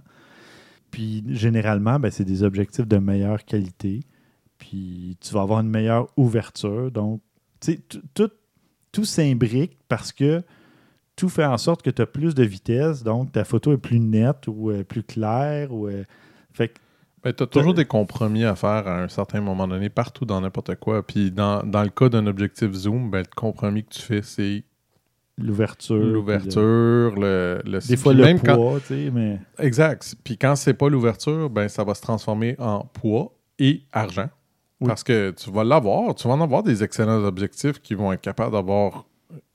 Puis, généralement, ben, c'est des objectifs de meilleure qualité. Puis, tu vas avoir une meilleure ouverture. Donc, tu sais, tout, tout s'imbrique parce que tout fait en sorte que tu as plus de vitesse. Donc, ta photo est plus nette ou euh, plus claire. Ou, euh, fait que, ben, tu as toujours des compromis à faire à un certain moment donné, partout dans n'importe quoi. Puis, dans, dans le cas d'un objectif zoom, ben, le compromis que tu fais, c'est l'ouverture. L'ouverture, le, le... Des fois, le poids, tu sais, mais... Exact. Puis quand c'est pas l'ouverture, ben ça va se transformer en poids et argent. Oui. Parce que tu vas l'avoir, tu vas en avoir des excellents objectifs qui vont être capables d'avoir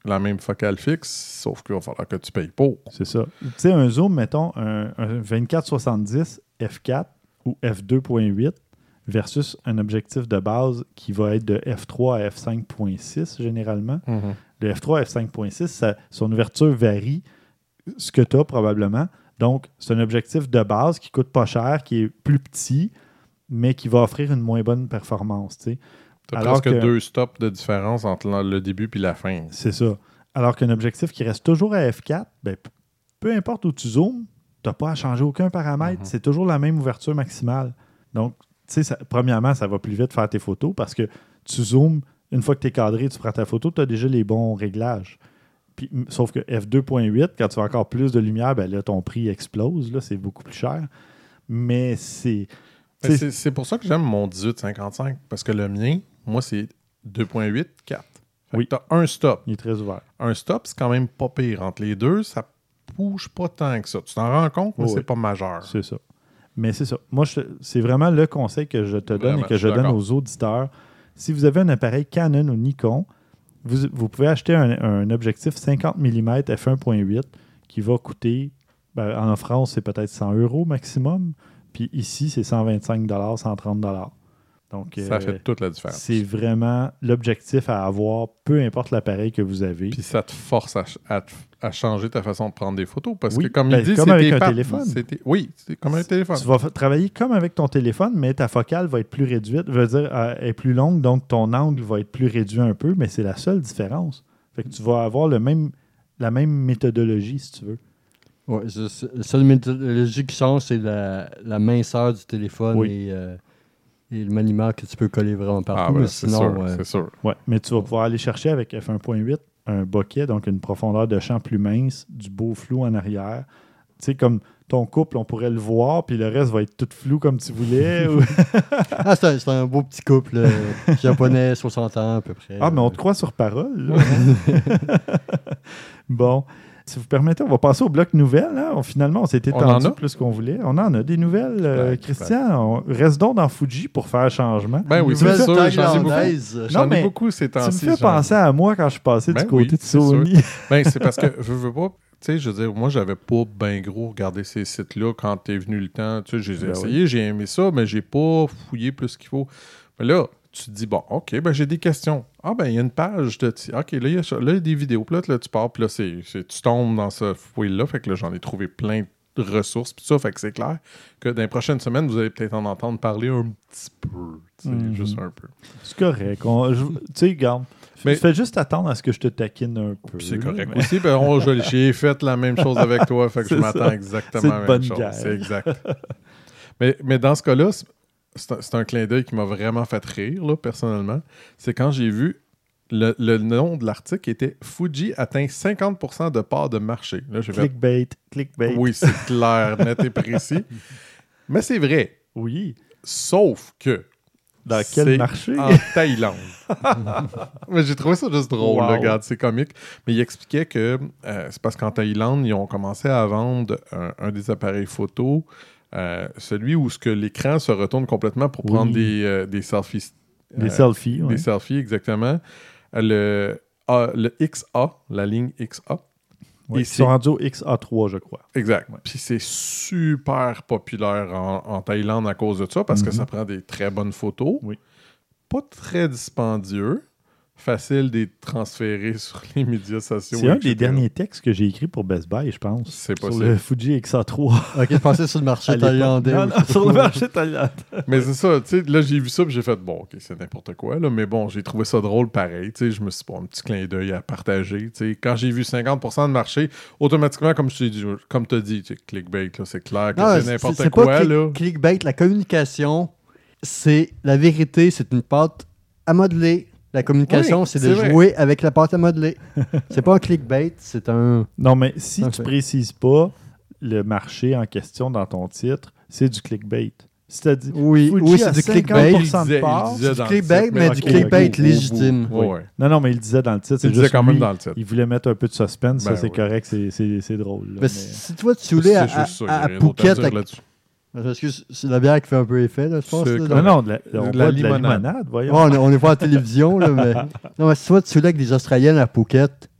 la même focale fixe, sauf qu'il va falloir que tu payes pour. C'est ça. Tu sais, un zoom, mettons, un, un vingt-quatre soixante-dix f quatre ou f deux point huit versus un objectif de base qui va être de f trois à f cinq point six généralement. Mm-hmm. Le f trois à f cinq point six, ça, son ouverture varie ce que tu as probablement. Donc, c'est un objectif de base qui coûte pas cher, qui est plus petit, mais qui va offrir une moins bonne performance. Tu as presque que, deux stops de différence entre le début et la fin. C'est ça. Alors qu'un objectif qui reste toujours à f quatre, ben, peu importe où tu zoomes, tu n'as pas à changer aucun paramètre. Mm-hmm. C'est toujours la même ouverture maximale. Donc, tu sais, premièrement, ça va plus vite faire tes photos parce que tu zoomes, une fois que tu es cadré, tu prends ta photo, tu as déjà les bons réglages. Puis, sauf que f deux point huit, quand tu as encore plus de lumière, ben là, ton prix explose. Là, c'est beaucoup plus cher. Mais c'est... Ben c'est, c'est pour ça que j'aime mon dix-huit cinquante-cinq. Parce que le mien, moi, c'est deux point huit, quatre. Fait oui. Tu as un stop. Il est très ouvert. Un stop, c'est quand même pas pire. Entre les deux, ça bouge pas tant que ça. Tu t'en rends compte, mais oh, c'est oui. pas majeur. C'est ça. Mais c'est ça. Moi, je, c'est vraiment le conseil que je te donne vraiment, et que je, je donne aux auditeurs. Si vous avez un appareil Canon ou Nikon, vous, vous pouvez acheter un, un objectif cinquante millimètres f un point huit qui va coûter, ben, en France, c'est peut-être cent euros maximum. Puis ici, c'est cent vingt-cinq dollars, cent trente dollars. Donc, ça euh, fait toute la différence. C'est vraiment l'objectif à avoir, peu importe l'appareil que vous avez. Puis ça te force à, à, à changer ta façon de prendre des photos. Parce oui, que comme ben, il dit, comme c'est avec un pattes, téléphone. C'était, oui, c'est comme un téléphone. Tu vas f- travailler comme avec ton téléphone, mais ta focale va être plus réduite. Je veux dire, elle est plus longue, donc ton angle va être plus réduit un peu, mais c'est la seule différence. Fait que tu vas avoir le même, la même méthodologie, si tu veux. Oui, la seule méthodologie qui change, c'est la, la minceur du téléphone oui. et, euh, et le maniement que tu peux coller vraiment partout. Ah, ben, mais c'est sinon, sûr, euh, c'est sûr. Ouais, mais tu vas pouvoir aller chercher avec f un point huit un bokeh, donc une profondeur de champ plus mince, du beau flou en arrière. Tu sais, comme ton couple, on pourrait le voir, puis le reste va être tout flou comme tu voulais. ou... ah, c'est un, c'est un beau petit couple euh, japonais, soixante ans à peu près. Ah, mais on te croit sur parole. Bon. Si vous permettez, on va passer au bloc nouvelles. Hein. On, finalement, on s'est étendu plus qu'on voulait. On en a des nouvelles. Euh, Christian, on, reste donc dans Fuji pour faire changement. Ben oui, c'est sûr. J'en ai beaucoup, j'en ai beaucoup ces temps-ci. Tu me fais penser à moi quand je suis passé ben du côté oui, de Sony. Ben, c'est parce que je veux pas... Tu sais, je veux dire, moi, j'avais pas bien gros regardé ces sites-là quand t'es venu le temps. Tu sais, j'ai ben essayé, oui. j'ai aimé ça, mais j'ai pas fouillé plus qu'il faut. Mais là, tu te dis, bon, OK, ben j'ai des questions. Ah, ben il y a une page de... OK, là, il y, a, là, il y a des vidéos. Puis là, là, tu pars, puis là, c'est, c'est, tu tombes dans ce fouille-là. Fait que là, j'en ai trouvé plein de ressources. Puis ça, fait que c'est clair que dans les prochaines semaines, vous allez peut-être en entendre parler un petit peu. Tu sais, mm-hmm. juste un peu. C'est correct. On, je, tu sais, garde. Mais, tu fais juste attendre à ce que je te taquine un peu. C'est correct mais... aussi. Ben, on, je, j'ai fait la même chose avec toi. Fait que je m'attends ça. exactement à la même chose. Guerre. C'est exact. mais, mais dans ce cas-là... C'est un, c'est un clin d'œil qui m'a vraiment fait rire, là, personnellement. C'est quand j'ai vu le, le nom de l'article était « Fuji atteint cinquante pour cent de part de marché ». Là, j'ai clickbait, fait... clickbait. Oui, c'est clair, net et précis. Mais c'est vrai. Oui. Sauf que... Dans quel marché? En Thaïlande. Mais j'ai trouvé ça juste drôle, wow. là, regarde, c'est comique. Mais il expliquait que euh, c'est parce qu'en Thaïlande, ils ont commencé à vendre un, un des appareils photo... Euh, celui où ce que l'écran se retourne complètement pour oui. prendre des, euh, des selfies. Des euh, selfies, Des ouais. selfies, exactement. Le, A, le X A, la ligne X A. Oui, ils sont rendus au X A trois, je crois. Exact. Ouais. Puis c'est super populaire en, en Thaïlande à cause de ça, parce mm-hmm. que ça prend des très bonnes photos. Oui. Pas très dispendieux. Facile de transférer sur les médias sociaux. C'est un des derniers textes que j'ai écrit pour Best Buy, je pense. C'est possible. Sur le Fuji X A trois. OK, je pensais sur le marché thaïlandais. Non, non, sur le marché thaïlandais. Mais c'est ça, tu sais, là, j'ai vu ça et j'ai fait, bon, OK, c'est n'importe quoi, là, mais bon, j'ai trouvé ça drôle pareil, tu sais, je me suis dit, bon, un petit clin d'œil à partager, tu sais. Quand j'ai vu cinquante pour cent de marché, automatiquement, comme tu dit, comme tu as dit, tu sais, clickbait, là, c'est clair que non, c'est n'importe c'est, c'est quoi, pas click, là. Clickbait, la communication, c'est la vérité, c'est une pâte à modeler. La communication, oui, c'est, c'est de vrai. Jouer avec la pâte à modeler. C'est pas un clickbait, c'est un... Non, mais si tu précises pas le marché en question dans ton titre, c'est du clickbait. C'est-à-dire, oui, oui c'est du clickbait. Il disait, part, il c'est du clickbait, mais, mais du clickbait okay, légitime. Oui. Oui. Non, non, mais il le disait dans le titre. Il disait quand même dans le titre. Il voulait mettre un peu de suspense, ben ça, c'est oui. correct, c'est, c'est, c'est drôle. Là, mais mais... Si toi, tu voulais à, à, à, à Phuket... Excuse, c'est la bière qui fait un peu effet, là, je pense. Là, non, non, de la, on de la, limonade. de la limonade, voyons. Oh, on n'est pas à la télévision, là, mais... Non, mais si toi, tu voulais avec des Australiennes à Phuket,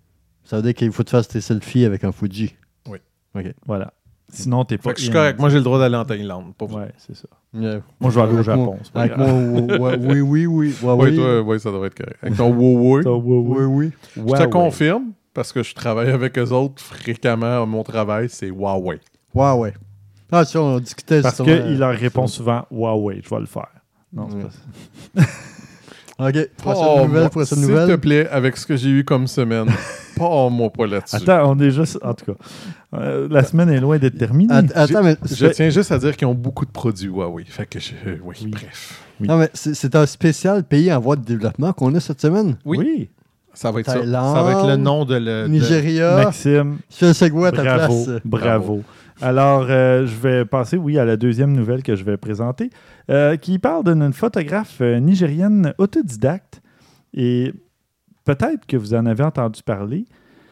Ça veut dire qu'il faut te faire tes selfies avec un Fuji. Oui. OK. Voilà. Sinon, t'es pas. Fait que je suis correct. Moi, j'ai le droit d'aller en Thaïlande. Pas vous. Ouais, c'est ça. Yeah. Moi, je vais aller au Avec Japon. moi- c'est pas Avec grave. moi, ouais, oui, oui, oui. Ouais, Oui, oui, toi, oui, ça devrait être correct. Avec ton Huawei. Ça, oui, oui, oui. oui. Je te confirme, parce que je travaille avec eux autres fréquemment à mon travail, c'est Huawei. Ouais, ouais. Ah, si on discutait Parce justement, qu'il leur euh, répond ça. souvent Huawei, je vais le faire. Non, c'est Ouais. pas ça. OK. Prochaine Oh, nouvelle, moi, prochaine S'il te nouvelle. plaît, avec ce que j'ai eu comme semaine, pas moi pas là-dessus. Attends, on est juste. En tout cas, euh, la semaine est loin d'être terminée. Att- Attends, mais Je c'est- tiens juste à dire qu'ils ont beaucoup de produits Huawei. Fait que je... Oui, Oui. bref. non, mais c'est c'est un spécial pays en voie de développement qu'on a cette semaine. Oui. Ça va être ça. Thaïlande, Ça va être le nom de le... de- Nigeria. Maxime, Je fais le segway à ta bravo, place. bravo. Alors, euh, je vais passer, oui, à la deuxième nouvelle que je vais présenter, euh, qui parle d'une photographe euh, nigérienne autodidacte. Et peut-être que vous en avez entendu parler,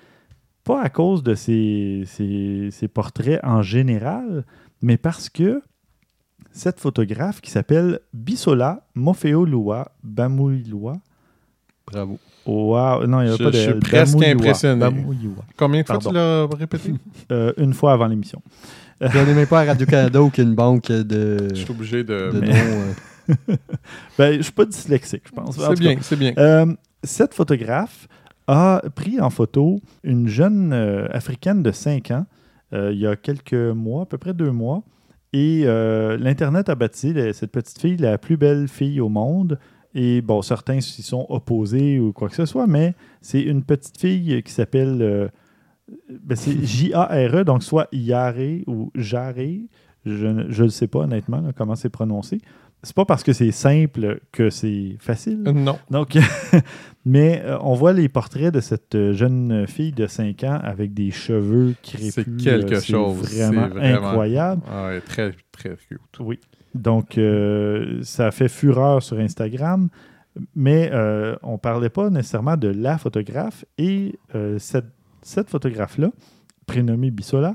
pas à cause de ses, ses- ses portraits en général, mais parce que cette photographe qui s'appelle Bisola Mofeoluwa Bamuilua. Bravo. Wow, non, il n'y a Je- pas de je suis L. presque Bamuilua, impressionné. Bamuilua. Combien de fois Pardon. tu l'as répété? Euh, une fois avant l'émission. Puis on n'est même pas à Radio-Canada ou qu'il y a une banque de, Je suis obligé de... de mais- noms. euh. Ben, je ne suis pas dyslexique, je pense. En C'est tout bien, cas, c'est bien. Euh, cette photographe a pris en photo une jeune euh, africaine de cinq ans euh, il y a quelques mois, à peu près deux mois. Et euh, l'Internet a baptisé la- cette petite fille la plus belle fille au monde. Et bon, certains s'y sont opposés ou quoi que ce soit, mais c'est une petite fille qui s'appelle euh, ben, c'est J A R E, donc soit Yare ou Jare. Je ne le sais pas honnêtement là, comment c'est prononcé. C'est pas parce que c'est simple que c'est facile. Euh, Non. Donc, mais euh, on voit les portraits de cette euh, jeune fille de cinq ans avec des cheveux crépus. C'est quelque euh, chose. C'est vraiment, C'est vraiment- incroyable. Ah ouais, très, très cute. Oui. Donc, euh, ça a fait fureur sur Instagram, mais euh, on ne parlait pas nécessairement de la photographe. Et euh, cette, cette photographe-là, prénommée Bisola,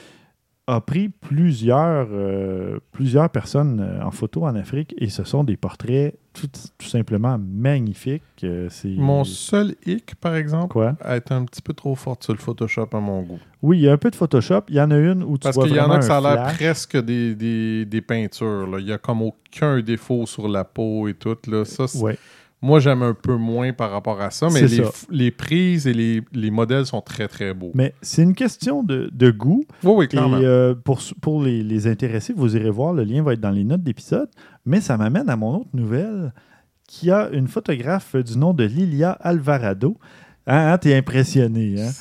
a pris plusieurs, euh, plusieurs personnes euh, en photo en Afrique et ce sont des portraits tout, tout simplement magnifiques. Euh, c'est... Mon seul hic, par exemple, Quoi? a été un petit peu trop forte sur le Photoshop à mon goût. Oui, il y a un peu de Photoshop. Il y en a une où tu Parce vois qu'il y en vraiment a que ça a un l'air flash. presque des, des, des peintures. Là. Il n'y a comme aucun défaut sur la peau et tout. Là. Ça, c'est- Ouais. Moi, j'aime un peu moins par rapport à ça, mais C'est les, ça. f- les prises et les, les modèles sont très, très beaux. Mais c'est une question de, de goût. Oui, oui, Et clairement. euh, pour, pour les, les intéressés, vous irez voir, le lien va être dans les notes d'épisode. Mais ça m'amène à mon autre nouvelle, qui a une photographe du nom de Lilia Alvarado. Hein, hein, t'es impressionné, hein?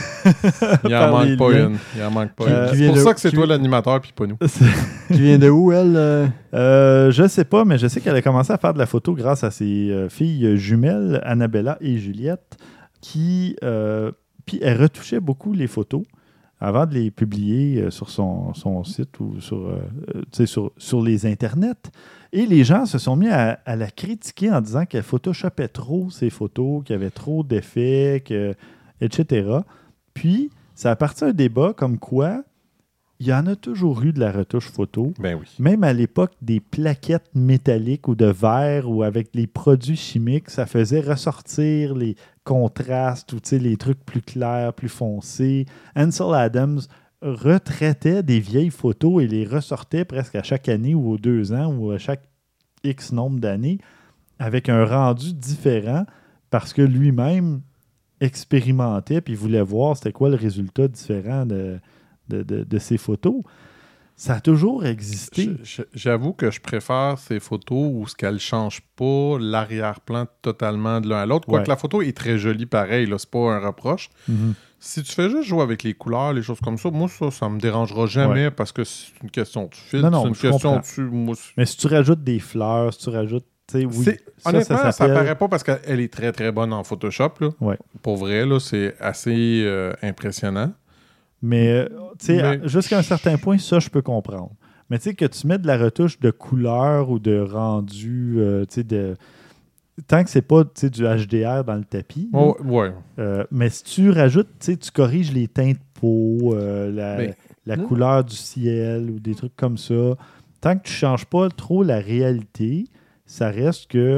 Il en par les manque pas liens. une. Il en manque pas Qui- une. qui C'est vient pour de- ça que c'est qui- toi l'animateur puis pas nous. Qui vient de où, elle? euh? Euh, je sais pas, mais je sais qu'elle a commencé à faire de la photo grâce à ses euh, filles jumelles, Annabella et Juliette, qui, euh, puis elle retouchait beaucoup les photos avant de les publier euh, sur son, son site ou sur, euh, euh, tu sais, sur, sur les internets. Et les gens se sont mis à, à la critiquer en disant qu'elle photoshopait trop ses photos, qu'il y avait trop d'effets, que, et cetera. Puis, ça a parti un débat comme quoi il y en a toujours eu de la retouche photo. Ben oui. Même à l'époque des plaquettes métalliques ou de verre ou avec les produits chimiques, ça faisait ressortir les contrastes ou tu sais, les trucs plus clairs, plus foncés. Ansel Adams retraitait des vieilles photos et les ressortait presque à chaque année ou aux deux ans ou à chaque X nombre d'années avec un rendu différent parce que lui-même expérimentait puis voulait voir c'était quoi le résultat différent de, de, de, de ses photos. Ça a toujours existé. Je- je- J'avoue que je préfère ces photos où ce qu'elles ne changent pas l'arrière-plan totalement de l'un à l'autre. Quoique Ouais. la photo est très jolie pareil, là, c'est pas un reproche. Mhm. Si tu fais juste jouer avec les couleurs, les choses comme ça, moi, ça, ça me dérangera jamais parce que c'est une question de filtre, Non, non, c'est une je question comprends. dessus. Moi, c'est- Mais si tu rajoutes des fleurs, si tu rajoutes. Tu sais, oui. c'est- ça, honnêtement, ça, s'appelle- paraît pas parce qu'elle est très très bonne en Photoshop. Là. Ouais. Pour vrai, là, c'est assez euh, impressionnant. Mais, euh, tu sais, Mais- à- jusqu'à un certain point, ça, je peux comprendre. Mais tu sais, que tu mets de la retouche de couleur ou de rendu, euh, tu sais, de. Tant que c'est pas tu sais, du H D R dans le tapis. là, Oh, ouais. euh, mais si tu rajoutes, tu sais, tu corriges les teintes de peau, euh, la, Mais- la Non. couleur du ciel ou des trucs comme ça, tant que tu changes pas trop la réalité, ça reste que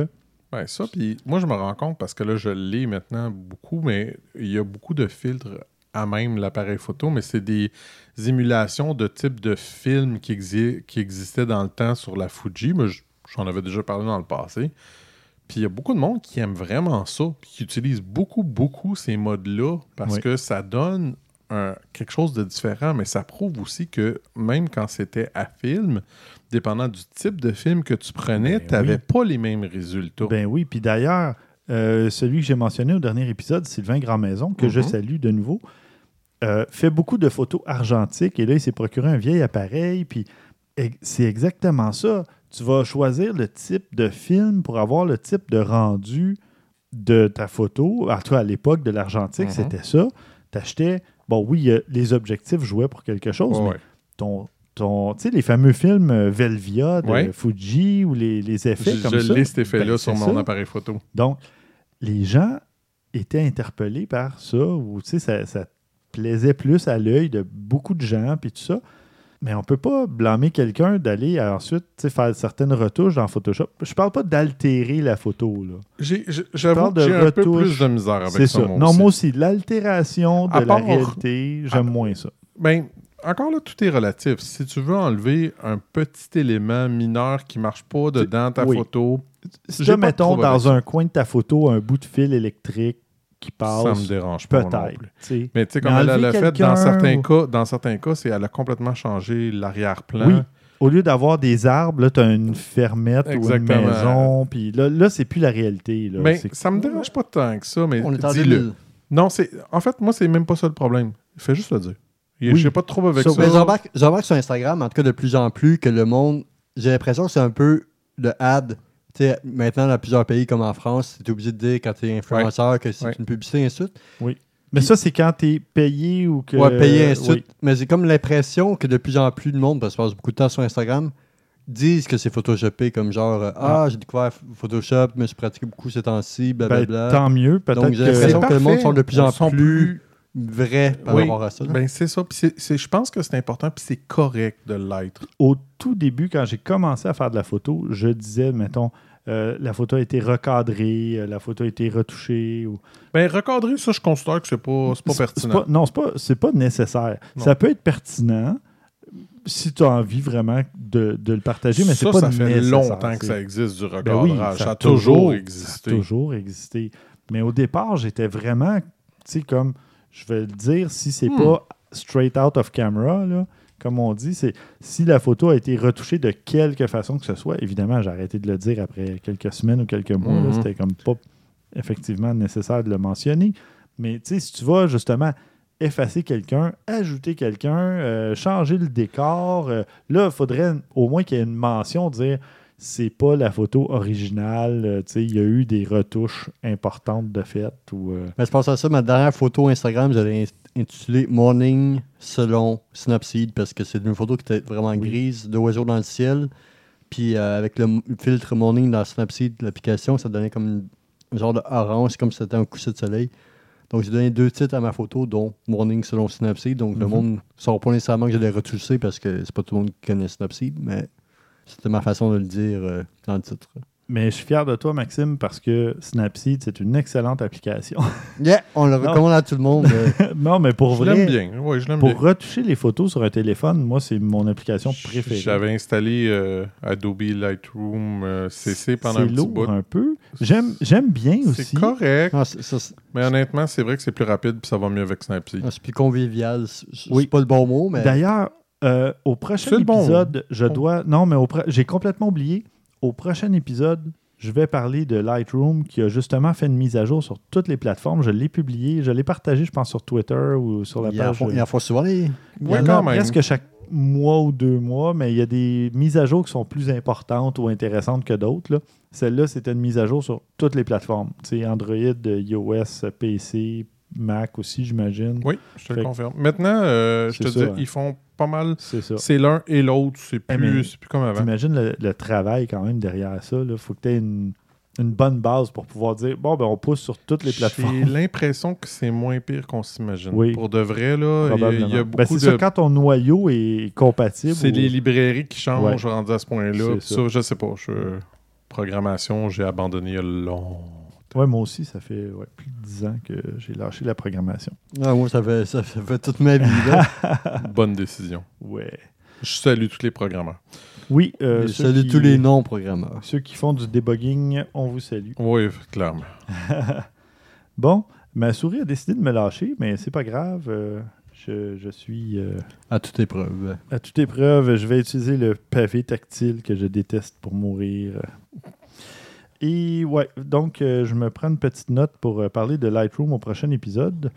Ben ça, puis moi, je me rends compte, parce que là, je l'ai maintenant beaucoup, mais il y a beaucoup de filtres à même l'appareil photo, mais c'est des émulations de type de films qui, exi- qui existaient dans le temps sur la Fuji. Moi, je- j'en avais déjà parlé dans le passé. Puis il y a beaucoup de monde qui aime vraiment ça, puis qui utilise beaucoup, beaucoup ces modes-là, parce Oui. que ça donne un- quelque chose de différent, mais ça prouve aussi que même quand c'était à film, dépendant du type de film que tu prenais, Ben tu n'avais oui. pas les mêmes résultats. Ben oui, puis d'ailleurs, euh, celui que j'ai mentionné au dernier épisode, Sylvain Grandmaison, que je Mhm. salue de nouveau, euh, fait beaucoup de photos argentiques et là, il s'est procuré un vieil appareil, puis e- c'est exactement ça. Tu vas choisir le type de film pour avoir le type de rendu de ta photo. À toi, à l'époque de l'argentique, Mhm. c'était ça. Tu achetais, bon oui, euh, les objectifs jouaient pour quelque chose, Ouais, mais ouais. ton, ton, tu sais, les fameux films euh, Velvia de Ouais. Fuji ou les, les effets Je, comme je ça. l'ai cet effet-là ben, sur c'est mon ça. appareil photo. Donc, les gens étaient interpellés par ça, ou tu sais, ça, ça plaisait plus à l'œil de beaucoup de gens, puis tout ça. Mais on peut pas blâmer quelqu'un d'aller euh, ensuite tu sais, faire certaines retouches dans Photoshop. Je parle pas d'altérer la photo, là. J'ai- j'ai- J'avoue parle que de j'ai un peu retouche. plus de misère avec C'est ça, ça. moi Non, aussi. moi aussi, l'altération de À la part- réalité, j'aime à- moins ça. Ben, encore là, tout est relatif. Si tu veux enlever un petit élément mineur qui marche pas dedans ta oui. photo, Si j'ai tu pas de mettons, trouble avec dans ça. un coin de ta photo, un bout de fil électrique qui ça passe, me dérange pas non peut-être. plus. tu sais. Mais tu sais, Mais comme elle enlever l'a fait, quelqu'un dans certains, ou- cas, dans certains cas, c'est elle a complètement changé l'arrière-plan. Oui. Au lieu d'avoir des arbres, là, tu as une fermette ou une Exactement. maison. Puis là, là c'est plus la réalité. Là. Mais C'est- ça me dérange pas tant que ça, mais On est en dis-le. deux mille. Non, c'est en fait, moi, c'est même pas ça le problème. Fais juste le dire. Je Oui. n'ai pas de trouble avec Sauf- ça. Mais j'embarque, j'embarque sur Instagram, en tout cas de plus en plus, que le monde, j'ai l'impression que c'est un peu le ad. Tu sais, maintenant, dans plusieurs pays comme en France, tu es obligé de dire quand tu es influenceur que c'est Ouais. une publicité, ainsi de suite. Mais ça, c'est quand tu es payé ou que. Ouais, payer, ainsi de oui. suite. Mais j'ai comme l'impression que de plus en plus de monde, parce que je passe beaucoup de temps sur Instagram, disent que c'est photoshopé, comme genre euh, Ah, j'ai découvert Photoshop, mais je pratique beaucoup ces temps-ci, Ben, blablabla. tant mieux. Peut-être Donc j'ai que. l'impression C'est que le monde parfait. sont de plus en Ils sont plus vrais par Oui. rapport à ça. là. Ben, c'est ça. Puis c'est- c'est- je pense que c'est important, puis c'est correct de l'être. Au tout début, quand j'ai commencé à faire de la photo, je disais, mettons, euh, la photo a été recadrée, euh, la photo a été retouchée. Ou... Ben, recadrer, ça, je considère que c'est pas, c'est pas C'est- pertinent. c'est pas- non, c'est pas, c'est pas nécessaire. Non. Ça peut être pertinent si tu as envie vraiment de, de le partager, mais c'est ça, pas ça fait nécessaire. longtemps que C'est- ça existe du Ben recadrage. oui, ça, a toujours existé. Ça a toujours existé. Mais au départ, j'étais vraiment, tu sais, comme, je vais le dire, si c'est Hmm. pas straight out of camera, là, comme on dit, c'est si la photo a été retouchée de quelque façon que ce soit, évidemment, j'ai arrêté de le dire après quelques semaines ou quelques mois, là, Mhm. c'était comme pas effectivement nécessaire de le mentionner. Mais tu sais, si tu vas justement effacer quelqu'un, ajouter quelqu'un, euh, changer le décor, euh, là, il faudrait au moins qu'il y ait une mention, dire c'est pas la photo originale, euh, tu sais, il y a eu des retouches importantes de fait. Ou, euh, Mais je pense à ça, ma dernière photo Instagram, j'avais in- intitulé Morning selon Snapseed parce que c'est une photo qui était vraiment Oui. grise, d'oiseaux dans le ciel. Puis euh, avec le m- filtre Morning dans Snapseed, l'application, ça donnait comme une, un genre de orange, comme si c'était un coucher de soleil. Donc j'ai donné deux titres à ma photo, dont Morning selon Snapseed. Donc le Mhm. monde ne saura pas nécessairement que je l'ai retouché parce que c'est pas tout le monde qui connaît Snapseed, mais c'était ma façon de le dire euh, dans le titre. Mais je suis fier de toi, Maxime, parce que Snapseed, c'est une excellente application. Yeah, on le Non. recommande à tout le monde. euh. non, mais pour Je vrai, l'aime bien. Oui, je l'aime pour bien. retoucher les photos sur un téléphone, moi, c'est mon application préférée. J'avais installé euh, Adobe Lightroom euh, C C pendant C'est un petit lourd bout. un peu. J'aime, j'aime bien aussi. C'est correct. Non, c'est- ça, c'est- Mais honnêtement, c'est vrai que c'est plus rapide puis ça va mieux avec Snapseed. Ah, c'est plus convivial. C'est c'est Oui. pas le bon mot, mais. D'ailleurs, euh, au prochain C'est le bon. épisode, je Bon. dois... Non, mais au pro- j'ai complètement oublié. Au prochain épisode, je vais parler de Lightroom qui a justement fait une mise à jour sur toutes les plateformes. Je l'ai publié, je l'ai partagé, je pense, sur Twitter ou sur la il, en page. faut, il en faut souvent les. Il y Ouais, en quand a même. presque chaque mois ou deux mois, mais il y a des mises à jour qui sont plus importantes ou intéressantes que d'autres, là. Celle-là, c'était une mise à jour sur toutes les plateformes. Tu sais, Android, iOS, P C, Mac aussi, j'imagine. Oui, je te Fait le que- confirme. Maintenant, euh, je C'est te ça, dis, hein. ils font pas mal. C'est ça. C'est l'un et l'autre. C'est Eh, mais plus, c'est plus comme avant. T'imagines le, le travail quand même derrière ça. Il faut que tu aies une, une bonne base pour pouvoir dire bon, ben on pousse sur toutes les J'ai plateformes. l'impression que c'est moins pire qu'on s'imagine. Oui. Pour de vrai, là, il y a- Probablement. il y a Ben, beaucoup c'est de... ça, quand ton noyau est compatible. C'est ou- les librairies qui changent Ouais. rendu à ce point-là. C'est Puis ça. Ça, je sais pas. Je... programmation, j'ai abandonné il y a longtemps. Ouais, moi aussi, ça fait ouais, plus de dix ans que j'ai lâché la programmation. Ah, moi, ça fait, ça fait toute ma vie. Là. Bonne décision. Ouais. Je salue tous les programmeurs. Oui, euh, Je ceux salue qui- tous les non-programmeurs. Ceux qui font du debugging, on vous salue. Oui, clairement. Bon, ma souris a décidé de me lâcher, mais c'est pas grave. euh, je, je suis euh, À toute épreuve. à toute épreuve. Je vais utiliser le pavé tactile que je déteste pour mourir. Et ouais, donc euh, je me prends une petite note pour euh, parler de Lightroom au prochain épisode.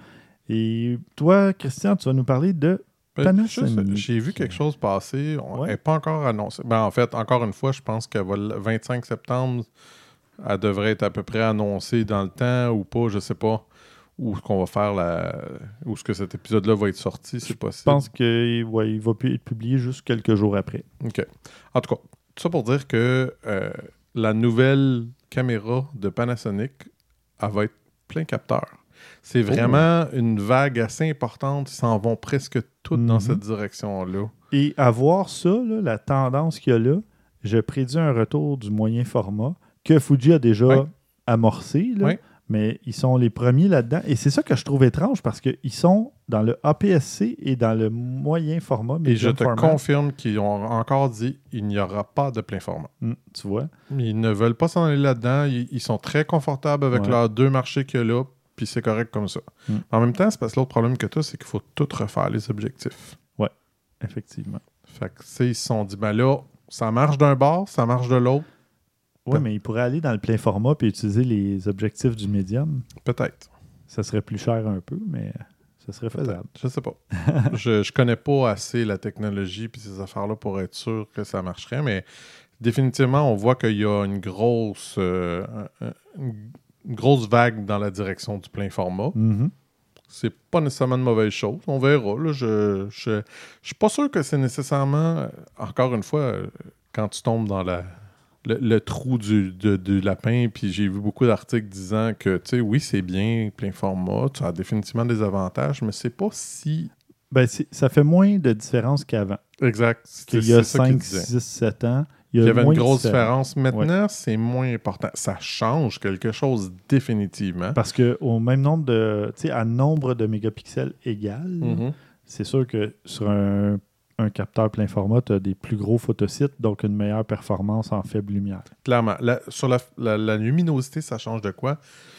Et toi, Christian, tu vas nous parler de Ben, Panasonic. juste, j'ai vu quelque chose passer. On- Ouais. Elle n'est pas encore annoncée. Ben, en fait, encore une fois, je pense que le vingt-cinq septembre, elle devrait être à peu près annoncée dans le temps ou pas, je sais pas. Où qu'on va faire la. Où est-ce que cet épisode-là va être sorti, c'est possible. Je pense qu'il ouais, il va pu- être publié juste quelques jours après. OK. En tout cas, tout ça pour dire que euh, la nouvelle caméra de Panasonic, elle va être plein capteur. C'est vraiment une vague assez importante. Ils s'en vont presque toutes Mhm. dans cette direction-là. Et à voir ça, là, la tendance qu'il y a là, je prédis un retour du moyen format que Fuji a déjà Ouais. amorcé, là, Ouais. mais ils sont les premiers là-dedans. Et c'est ça que je trouve étrange parce qu'ils sont dans le A P S C et dans le moyen format. Et je medium te format. confirme qu'ils ont encore dit qu'il n'y aura pas de plein format. Hum, tu vois? Ils ne veulent pas s'en aller là-dedans. Ils, ils sont très confortables avec Ouais. leurs deux marchés qu'il y a là, puis c'est correct comme ça. Mm. En même temps, c'est parce que l'autre problème que tu as, c'est qu'il faut tout refaire, les objectifs. Effectivement. Fait que, tu sais, ils se sont dit, ben là, ça marche d'un bord, ça marche de l'autre, Oui, mais ils pourraient aller dans le plein format et utiliser les objectifs du médium. peut-être. Ça serait plus cher un peu, mais ça serait faisable. Je sais pas. je, je connais pas assez la technologie puis ces affaires-là pour être sûr que ça marcherait, mais définitivement, on voit qu'il y a une grosse, euh, un- un- une grosse vague dans la direction du plein format. Mhm. C'est pas nécessairement une mauvaise chose. On verra. Là. Je, je, je suis pas sûr que c'est nécessairement, euh, encore une fois, euh, quand tu tombes dans la, le, le trou du, de- du lapin, puis j'ai vu beaucoup d'articles disant que, tu sais, oui, c'est bien, plein format, tu as définitivement des avantages, mais c'est pas si... Ben, c'est- ça fait moins de différence qu'avant. Exact. C'est- Qu'il y a c'est ça qu'il cinq, disait. six, sept ans. Il y avait moins une de grosse différence. Maintenant, Ouais. c'est moins important. Ça change quelque chose définitivement. Parce qu'au même nombre de. Tu sais, à nombre de mégapixels égal, Mhm. c'est sûr que sur un, un capteur plein format, tu as des plus gros photosites, donc une meilleure performance en faible lumière. Clairement. La- sur la, la- la luminosité, ça change de quoi?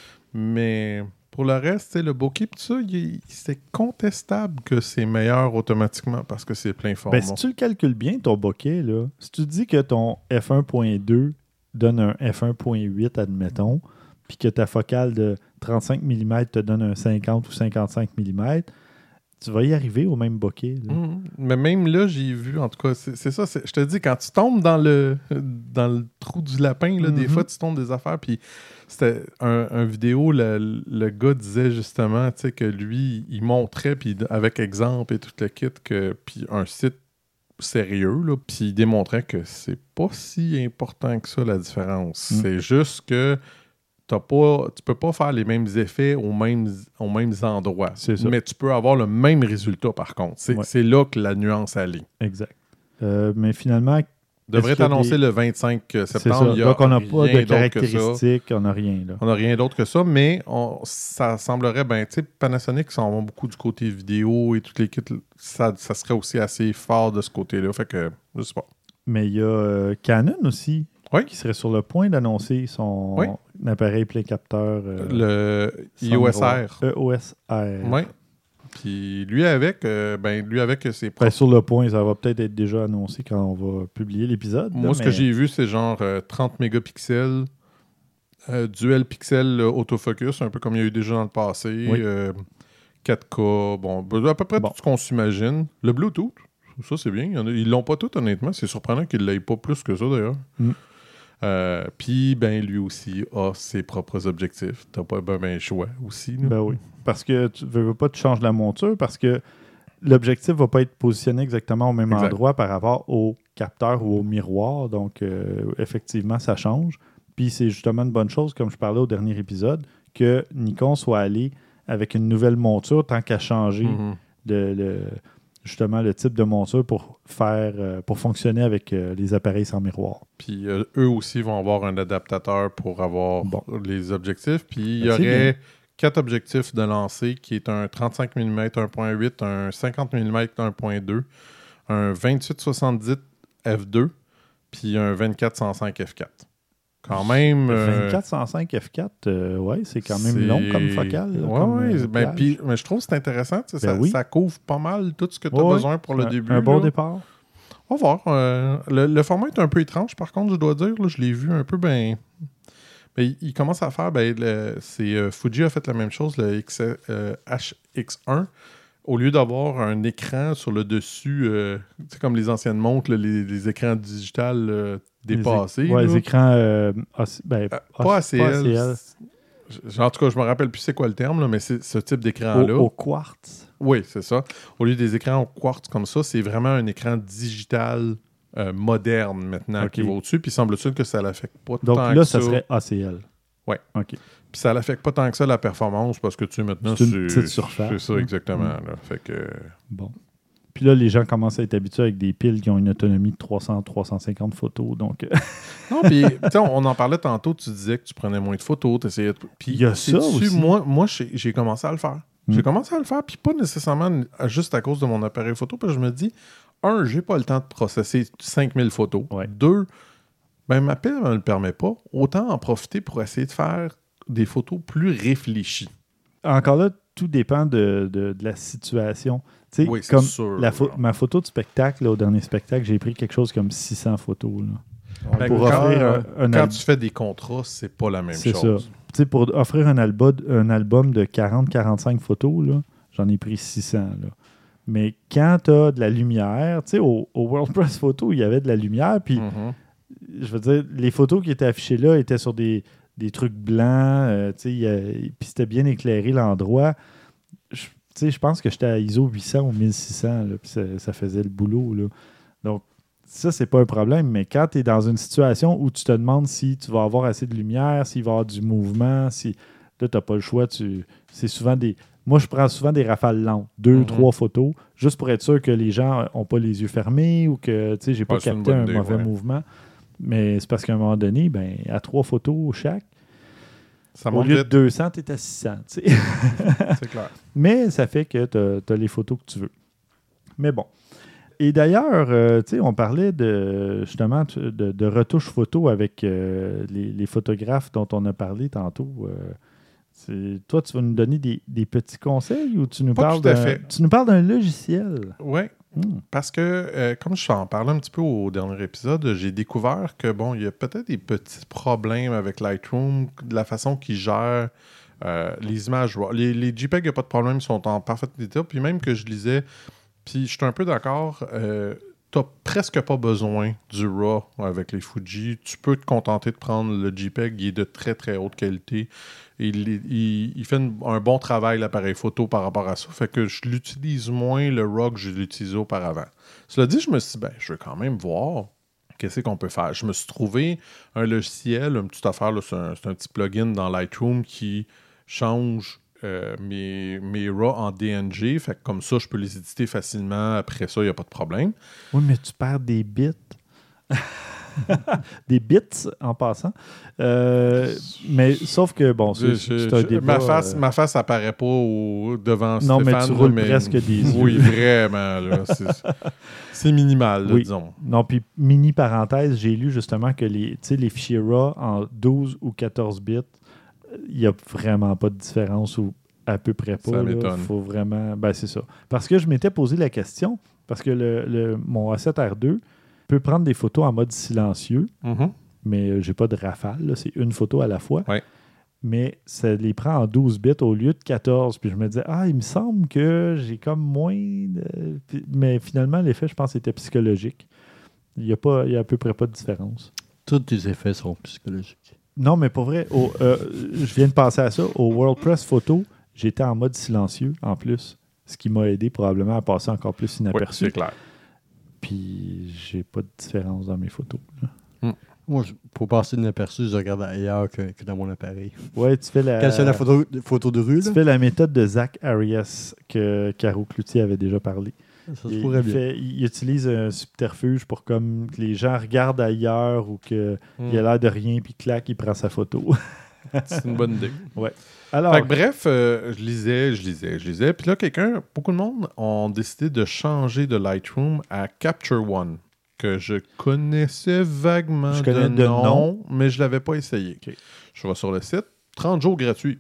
Mais pour le reste, tu sais, le bokeh, pis tout ça, il est- c'est contestable que c'est meilleur automatiquement parce que c'est plein format. Ben, si tu le calcules bien, ton bokeh, là, si tu dis que ton F un point deux donne un F un point huit, admettons, puis que ta focale de trente-cinq millimètres te donne un cinquante ou cinquante-cinq millimètres, tu vas y arriver au même bokeh. là. Mhm. Mais même là, j'ai vu, en tout cas, c'est c'est ça. c'est- Je te dis, quand tu tombes dans le, dans le trou du lapin, là, des Mhm. fois, tu tombes des affaires. Puis c'était un, un vidéo, le, le gars disait justement tu sais, que lui, il montrait, puis avec exemple et tout le kit, que, puis un site sérieux, là, puis il démontrait que c'est pas si important que ça, la différence. Mm. C'est juste que t'as pas, tu peux pas faire les mêmes effets aux mêmes, aux mêmes endroits. C'est ça. Mais tu peux avoir le même résultat, par contre. C'est Ouais. c'est là que la nuance allie. Exact. Euh, mais finalement, Devrait Est-ce qu'il y a annoncé des- le vingt-cinq c'est septembre. ça. Il y a Donc, on n'a rien pas de d'autre que ça. caractéristiques, on n'a rien. Là. On n'a rien d'autre que ça, mais on, ça semblerait, ben, tu sais, Panasonic s'en vont beaucoup du côté vidéo et toutes les kits, ça, ça serait aussi assez fort de ce côté-là. Fait que, je sais pas. Mais il y a euh, Canon aussi, Oui. qui serait sur le point d'annoncer son Oui. appareil plein capteur. euh, Le son I O S miroir. R. E O S R. Oui. Puis lui avec, euh, ben, lui avec ses Ben, propres. sur le point, ça va peut-être être déjà annoncé quand on va publier l'épisode. Moi, là, ce mais- que j'ai vu, c'est genre euh, trente mégapixels, euh, dual pixel euh, autofocus, un peu comme il y a eu déjà dans le passé. Oui. euh, quatre K, bon, ben, à peu près Bon. tout ce qu'on s'imagine. Le Bluetooth, ça c'est bien. Il y en a- ils l'ont pas tout, honnêtement. C'est surprenant qu'ils ne l'aient pas plus que ça, d'ailleurs. Mm. Euh, Puis, ben, lui aussi a ses propres objectifs. T'as pas ben, ben choix aussi. là. Ben oui. Parce que tu ne veux pas que tu changes la monture, parce que l'objectif ne va pas être positionné exactement au même Exact. endroit par rapport au capteur ou au miroir. Donc, euh, effectivement, ça change. Puis, c'est justement une bonne chose, comme je parlais au dernier épisode, que Nikon soit allé avec une nouvelle monture tant qu'à changer Mhm. de, le- justement le type de monture pour faire euh, pour fonctionner avec euh, les appareils sans miroir. Puis euh, eux aussi vont avoir un adaptateur pour avoir bon. les objectifs. Puis il y ben, aurait quatre objectifs de lancer qui est un trente-cinq millimètres un point huit, un cinquante millimètres un point deux, un vingt-huit soixante-dix f deux, puis un vingt-quatre cent cinq f quatre. Quand même. Euh, vingt-quatre cent cinq f quatre, euh, ouais, c'est quand même c'est... long comme focale. Oui, oui. Euh, ben, mais je trouve que c'est intéressant. Ben ça, oui. ça couvre pas mal tout ce que tu as ouais, besoin pour le un, début. Un bon là. départ. On va voir. Euh, le, le format est un peu étrange, par contre, je dois dire. Là, je l'ai vu un peu, ben. ben il, il commence à faire. Ben, le, c'est, euh, Fuji a fait la même chose, le X, euh, H X un. Au lieu d'avoir un écran sur le dessus, euh, c'est comme les anciennes montres, là, les, les écrans digitales euh, dépassés. Oui, les écrans euh, AC, ben, euh, pas A C L. Pas A C L. En tout cas, je me rappelle plus c'est quoi le terme, là, mais c'est ce type d'écran-là. Au, au quartz. Oui, c'est ça. Au lieu des écrans au quartz comme ça, c'est vraiment un écran digital euh, moderne maintenant okay. qui va au-dessus. Puis semble-t-il que ça l'affecte pas Donc tant là, que ça. ça serait A C L. Oui. OK. Puis ça l'affecte pas tant que ça la performance parce que tu sais, maintenant, c'est une petite surface. C'est ça, exactement. Mmh. Là. Fait que... Bon. Puis là, les gens commencent à être habitués avec des piles qui ont une autonomie de trois cents à trois cent cinquante photos. Donc... non, puis on, on en parlait tantôt, tu disais que tu prenais moins de photos, tu essayais de... Puis il y a ça aussi. Moi, moi j'ai, j'ai commencé à le faire. Mmh. J'ai commencé à le faire, puis pas nécessairement juste à cause de mon appareil photo, parce que je me dis, un, j'ai pas le temps de processer cinq mille photos. Ouais. Deux, ben ma pile ne me le permet pas. Autant en profiter pour essayer de faire des photos plus réfléchies. Encore là, tout dépend de, de, de la situation. T'sais, oui, c'est comme sûr. La fo- ma photo de spectacle, là, au dernier spectacle, j'ai pris quelque chose comme six cents photos. Là. Ben, pour quand, offrir euh, un, un quand al- tu fais des contrats, c'est pas la même c'est chose. Ça. T'sais, pour offrir un album, un album de quarante à quarante-cinq photos, là, j'en ai pris six cents. Là. Mais quand tu as de la lumière, au, au World Press Photo, il y avait de la lumière, puis mm-hmm. je veux dire, les photos qui étaient affichées là étaient sur des, des trucs blancs, euh, puis c'était bien éclairé l'endroit. Je, je pense que j'étais à I S O huit cents ou mille six cents, puis ça, ça faisait le boulot. Là. Donc, ça, c'est pas un problème, mais quand tu es dans une situation où tu te demandes si tu vas avoir assez de lumière, s'il va y avoir du mouvement, si là, tu n'as pas le choix, tu, c'est souvent des... Moi, je prends souvent des rafales lentes, deux, mm-hmm. trois photos, juste pour être sûr que les gens n'ont pas les yeux fermés ou que je n'ai pas ouais, capté un idée, mauvais ouais. mouvement. Mais c'est parce qu'à un moment donné, ben, à trois photos chaque, ça au lieu de deux cents, tu es à six cents. C'est clair. Mais ça fait que tu as les photos que tu veux. Mais bon. Et d'ailleurs, euh, on parlait de justement de, de retouches photo avec euh, les, les photographes dont on a parlé tantôt. Euh, c'est, toi, tu vas nous donner des, des petits conseils ou tu nous, Pas parles tout à d'un, fait. tu nous parles d'un logiciel? Oui. Hmm. Parce que, euh, comme je t'en parlais un petit peu au dernier épisode, j'ai découvert que, bon, il y a peut-être des petits problèmes avec Lightroom, de la façon qu'il gère euh, les images. Les, les JPEG, il n'y a pas de problème, ils sont en parfait état. Puis même que je lisais, puis je suis un peu d'accord, euh, tu n'as presque pas besoin du RAW avec les Fuji. Tu peux te contenter de prendre le JPEG, il est de très très haute qualité. Il, il, il fait une, un bon travail, l'appareil photo, par rapport à ça. Fait que je l'utilise moins le RAW que je l'utilisais auparavant. Cela dit, je me suis dit, ben, je vais quand même voir qu'est-ce qu'on peut faire. Je me suis trouvé un logiciel, une petite affaire, là, c'est, un, c'est un petit plugin dans Lightroom qui change euh, mes, mes RAW en D N G. Fait que comme ça, je peux les éditer facilement. Après ça, il n'y a pas de problème. Oui, mais tu perds des bits. Des bits en passant. Euh, mais sauf que, bon, c'est, je, c'est un je, débat... Ma face, euh... ma face apparaît pas au, devant non, Stéphane. Non, mais tu roules mais... presque des yeux. Oui, vraiment. Là, c'est, c'est minimal, là, oui. disons. Non, puis mini parenthèse, j'ai lu justement que les, les fichiers RAW en douze ou quatorze bits, il n'y a vraiment pas de différence ou à peu près pas. Ça là. m'étonne. Faut vraiment... Ben, c'est ça. Parce que je m'étais posé la question, parce que le, le, mon A sept R deux peut prendre des photos en mode silencieux, mm-hmm. mais euh, j'ai pas de rafale, là, c'est une photo à la fois. Ouais. Mais ça les prend en douze bits au lieu de quatorze. Puis je me disais, ah, il me semble que j'ai comme moins de... Mais finalement, l'effet, je pense, était psychologique. Il n'y a, pas, il y a à peu près pas de différence. Tous tes effets sont psychologiques. Non, mais pour vrai, au, euh, je viens de penser à ça. Au World Press Photo, j'étais en mode silencieux en plus, ce qui m'a aidé probablement à passer encore plus inaperçu. Oui, c'est clair. Puis j'ai pas de différence dans mes photos. Mm. Moi, je, pour passer inaperçu, je regarde ailleurs que, que dans mon appareil. Ouais, tu fais la. Quand c'est la photo, photo de rue, tu là? fais la méthode de Zach Arias que Caro Cloutier avait déjà parlé. Ça se il, pourrait il bien. fait- il utilise un subterfuge pour comme que les gens regardent ailleurs ou qu'il Hmm. a l'air de rien, puis clac, il prend sa photo. C'est une bonne idée. Alors, Fait que bref, euh, je lisais, je lisais, je lisais. Puis là, quelqu'un, beaucoup de monde ont décidé de changer de Lightroom à Capture One, que je connaissais vaguement Je connais de, de nom, nom. mais je l'avais pas essayé. Ok. Je vais sur le site. trente jours gratuits.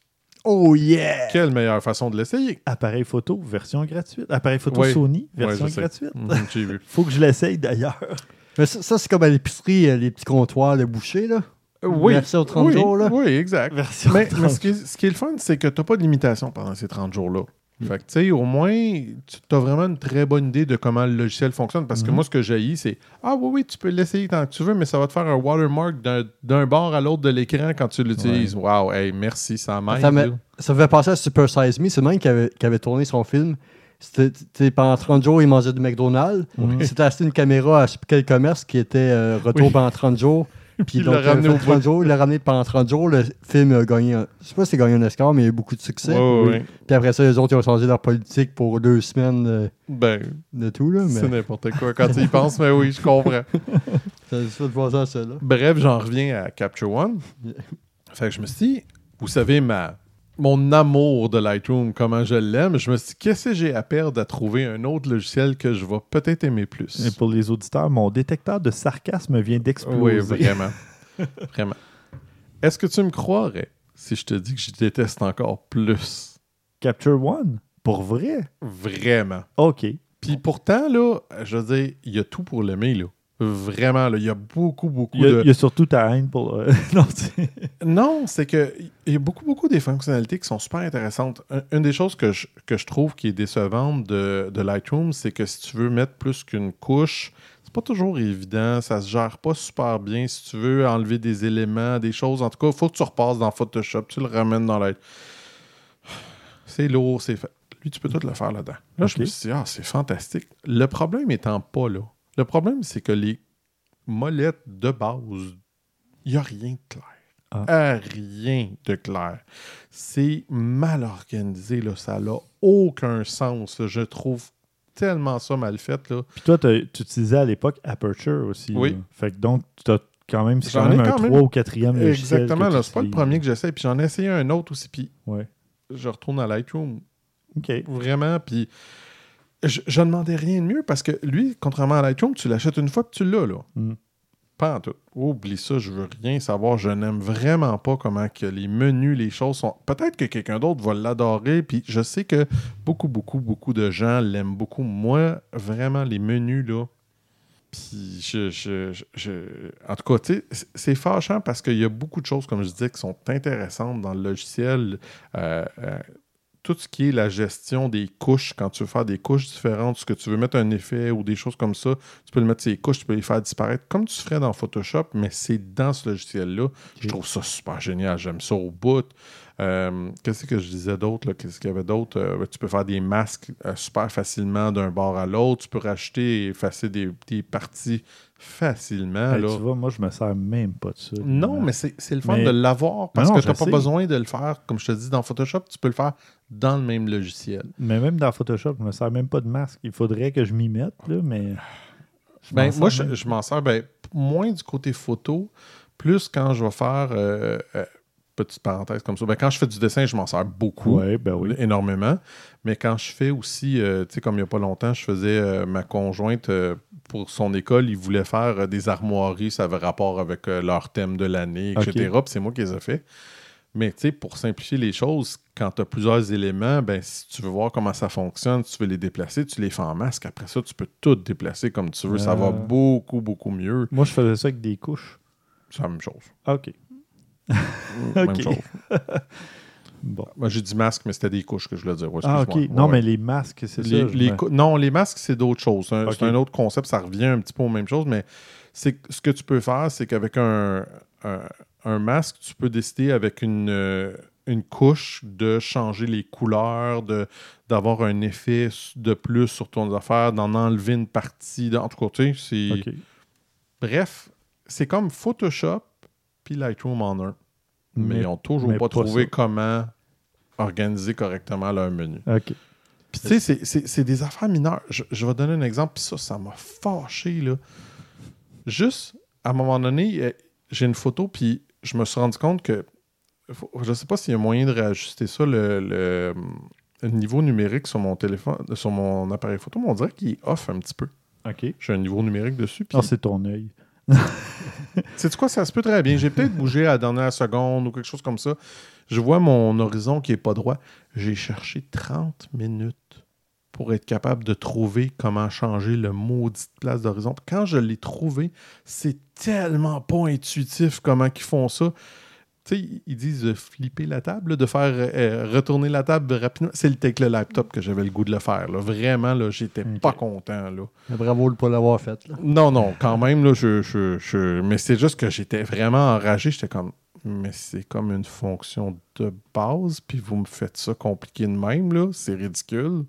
Oh yeah! Quelle meilleure façon de l'essayer? appareil photo, version gratuite. Appareil photo Ouais. Sony, Ouais, version je sais. gratuite. Mhm, j'ai vu. Faut que je l'essaye d'ailleurs. Mais ça, ça, c'est comme à l'épicerie, euh, les petits comptoirs, le boucher, là. Oui. Version trente oui, jours, là. Oui, exact. Version Mais, mais trente. ce, qui est, ce qui est le fun, c'est que tu n'as pas de limitation pendant ces trente jours-là. Mm. Fait que, tu sais, au moins, tu as vraiment une très bonne idée de comment le logiciel fonctionne. Parce que Mhm. moi, ce que j'ai eu, c'est Ah oui, oui, tu peux l'essayer tant que tu veux, mais ça va te faire un watermark d'un, d'un bord à l'autre de l'écran quand tu l'utilises. Wow, hey, merci, ça m'aide. Ça, me- là. ça me fait penser à Super Size Me. C'est le même qui avait, qui avait tourné son film. C'était, tu sais, pendant trente jours, il mangeait du McDonald's. Mhm. Il s'était acheté une caméra à je sais plus quel commerce qui était euh, retour Oui. pendant trente jours. Puis Il donc, l'a il a ramené fait au trente bout. jours, il l'a ramené pendant trente jours. Le film a gagné, un- je sais pas si c'est gagné un Oscar, mais il y a eu beaucoup de succès. Ouais, ouais, ouais. Puis après ça, les autres, ils ont changé leur politique pour deux semaines de, Ben, de tout. Là, c'est mais n'importe quoi quand tu y penses, mais oui, je comprends. ça ça de voir ça, ça, là. Bref, j'en reviens à Capture One. Fait que je me suis dit, vous savez, ma, mon amour de Lightroom, comment je l'aime, je me suis dit, qu'est-ce que j'ai à perdre à trouver un autre logiciel que je vais peut-être aimer plus? Et pour les auditeurs, mon détecteur de sarcasme vient d'exploser. Oui, vraiment. Vraiment. Est-ce que tu me croirais si je te dis que je déteste encore plus? Capture One? Pour vrai? Vraiment. OK. Puis pourtant, là, je veux dire, il y a tout pour l'aimer, là. Vraiment, là, il y a beaucoup, beaucoup Il y, a, de... il y a surtout ta haine pour... euh, non, c'est- Non, c'est que il y a beaucoup, beaucoup des fonctionnalités qui sont super intéressantes. Un- Une des choses que je, que je trouve qui est décevante de, de Lightroom, c'est que si tu veux mettre plus qu'une couche, c'est pas toujours évident, ça se gère pas super bien. Si tu veux enlever des éléments, des choses, en tout cas, il faut que tu repasses dans Photoshop, tu le ramènes dans Lightroom. C'est lourd, c'est fait. Lui, tu peux tout le faire là-dedans. Là, Ok. je me suis dit, ah, c'est fantastique. Le problème étant pas là. Le problème, c'est que les molettes de base, il n'y a rien de clair. Ah. Ah, rien de clair. C'est mal organisé, là. Ça n'a aucun sens. Là. Je trouve tellement ça mal fait. Là. Puis toi, t'as- tu utilisais à l'époque Aperture aussi. Oui. là. Fait que donc, tu as quand même, c'est J'en quand même ai un quand même- trois ou quatrième logiciel. Exactement. que Là, tu c'est pas le utilises. premier que j'essaie. Puis j'en ai essayé un autre aussi. Puis Ouais. je retourne à Lightroom. OK. Vraiment. Puis je, je demandais rien de mieux parce que lui, contrairement à Lightroom, tu l'achètes une fois puis tu l'as. Là. Mm. Pas en tout. Oublie ça, je veux rien savoir. Je n'aime vraiment pas comment que les menus, les choses sont. Peut-être que quelqu'un d'autre va l'adorer. Puis je sais que beaucoup, beaucoup, beaucoup de gens l'aiment beaucoup. Moi, vraiment, les menus, là. Puis je, je, je- je- En tout cas, tu sais, c'est- c'est fâchant parce qu'il y a beaucoup de choses, comme je disais, qui sont intéressantes dans le logiciel. Euh, euh, tout ce qui est la gestion des couches, quand tu veux faire des couches différentes, ce que tu veux mettre un effet ou des choses comme ça, tu peux le mettre sur les couches, tu peux les faire disparaître comme tu ferais dans Photoshop, mais c'est dans ce logiciel-là. Je trouve ça super génial, j'aime ça au bout. Euh, qu'est-ce que je disais d'autre? là? Qu'est-ce qu'il y avait d'autre? Euh, tu peux faire des masques euh, super facilement d'un bord à l'autre. Tu peux racheter et effacer des, des parties facilement. Hey, là. tu vois, moi, je me sers même pas de ça. Non, mais c'est, c'est le fun Mais- de l'avoir parce Mais non, que je tu n'as pas sais. besoin de le faire, comme je te dis, dans Photoshop. Tu peux le faire dans le même logiciel. Mais même dans Photoshop, je me sers même pas de masque. Il faudrait que je m'y mette, là, mais... je Ben, m'en moi, sers je, même je m'en sers ben, moins du côté photo, plus quand je vais faire, euh, euh, petite parenthèse comme ça, ben, quand je fais du dessin, je m'en sers beaucoup, Ouais, ben oui. énormément. Mais quand je fais aussi, euh, tu sais, comme il n'y a pas longtemps, je faisais euh, ma conjointe, euh, pour son école, ils voulaient faire euh, des armoiries, ça avait rapport avec euh, leur thème de l'année, et cetera. Puis c'est moi qui les ai fait. Mais tu sais, pour simplifier les choses, quand tu as plusieurs éléments, ben, si tu veux voir comment ça fonctionne, si tu veux les déplacer, tu les fais en masque. Après ça, tu peux tout déplacer comme tu veux. Ça va Euh. beaucoup, beaucoup mieux. Moi, je faisais ça avec des couches. C'est la même chose. OK. Même Ok. chose. Bon. Moi, j'ai dit masque, mais c'était des couches que je voulais dire. Ouais, Ah, OK. excuse-moi. Non, Ouais, mais ouais. les masques, c'est Les- ça. je les me- cou- Non, les masques, c'est d'autres choses. C'est un, Ok. c'est un autre concept. Ça revient un petit peu aux mêmes choses, mais c'est que ce que tu peux faire, c'est qu'avec un, un, un masque, tu peux décider avec une, euh, une couche de changer les couleurs, de, d'avoir un effet de plus sur ton affaire, d'en enlever une partie. En tout cas, tu sais, c'est... OK. Bref, c'est comme Photoshop puis Lightroom en un. Mais, Mais- ils n'ont toujours mais pas, pas trouvé ça. comment organiser correctement leur menu. OK. Puis tu sais, c'est, c'est, c'est des affaires mineures. Je, je vais donner un exemple, puis ça, ça m'a fâché, là. Juste, à un moment donné, j'ai une photo, puis je me suis rendu compte que je sais pas s'il y a moyen de réajuster ça, le, le, le niveau numérique sur mon téléphone, sur mon appareil photo, mais on dirait qu'il est off un petit peu. OK. J'ai un niveau numérique dessus. Puis... Ah, c'est ton œil. Sais-tu quoi, ça se peut très bien. J'ai peut-être bougé à la dernière seconde ou quelque chose comme ça. Je vois mon horizon qui est pas droit. J'ai cherché trente minutes pour être capable de trouver comment changer le maudit place d'horizon. Puis quand je l'ai trouvé, c'est tellement pas intuitif comment ils font ça. Tu sais, ils disent de flipper la table, là, de faire euh, retourner la table rapidement. C'est le avec le laptop que j'avais le goût de le faire. Là. Vraiment, là, j'étais okay. pas content. Là. Bravo de ne pas l'avoir fait. Là. Non, non, quand même, là, je, je, je... mais c'est juste que j'étais vraiment enragé. J'étais comme, mais c'est comme une fonction de base, puis vous me faites ça compliqué de même, là. C'est ridicule.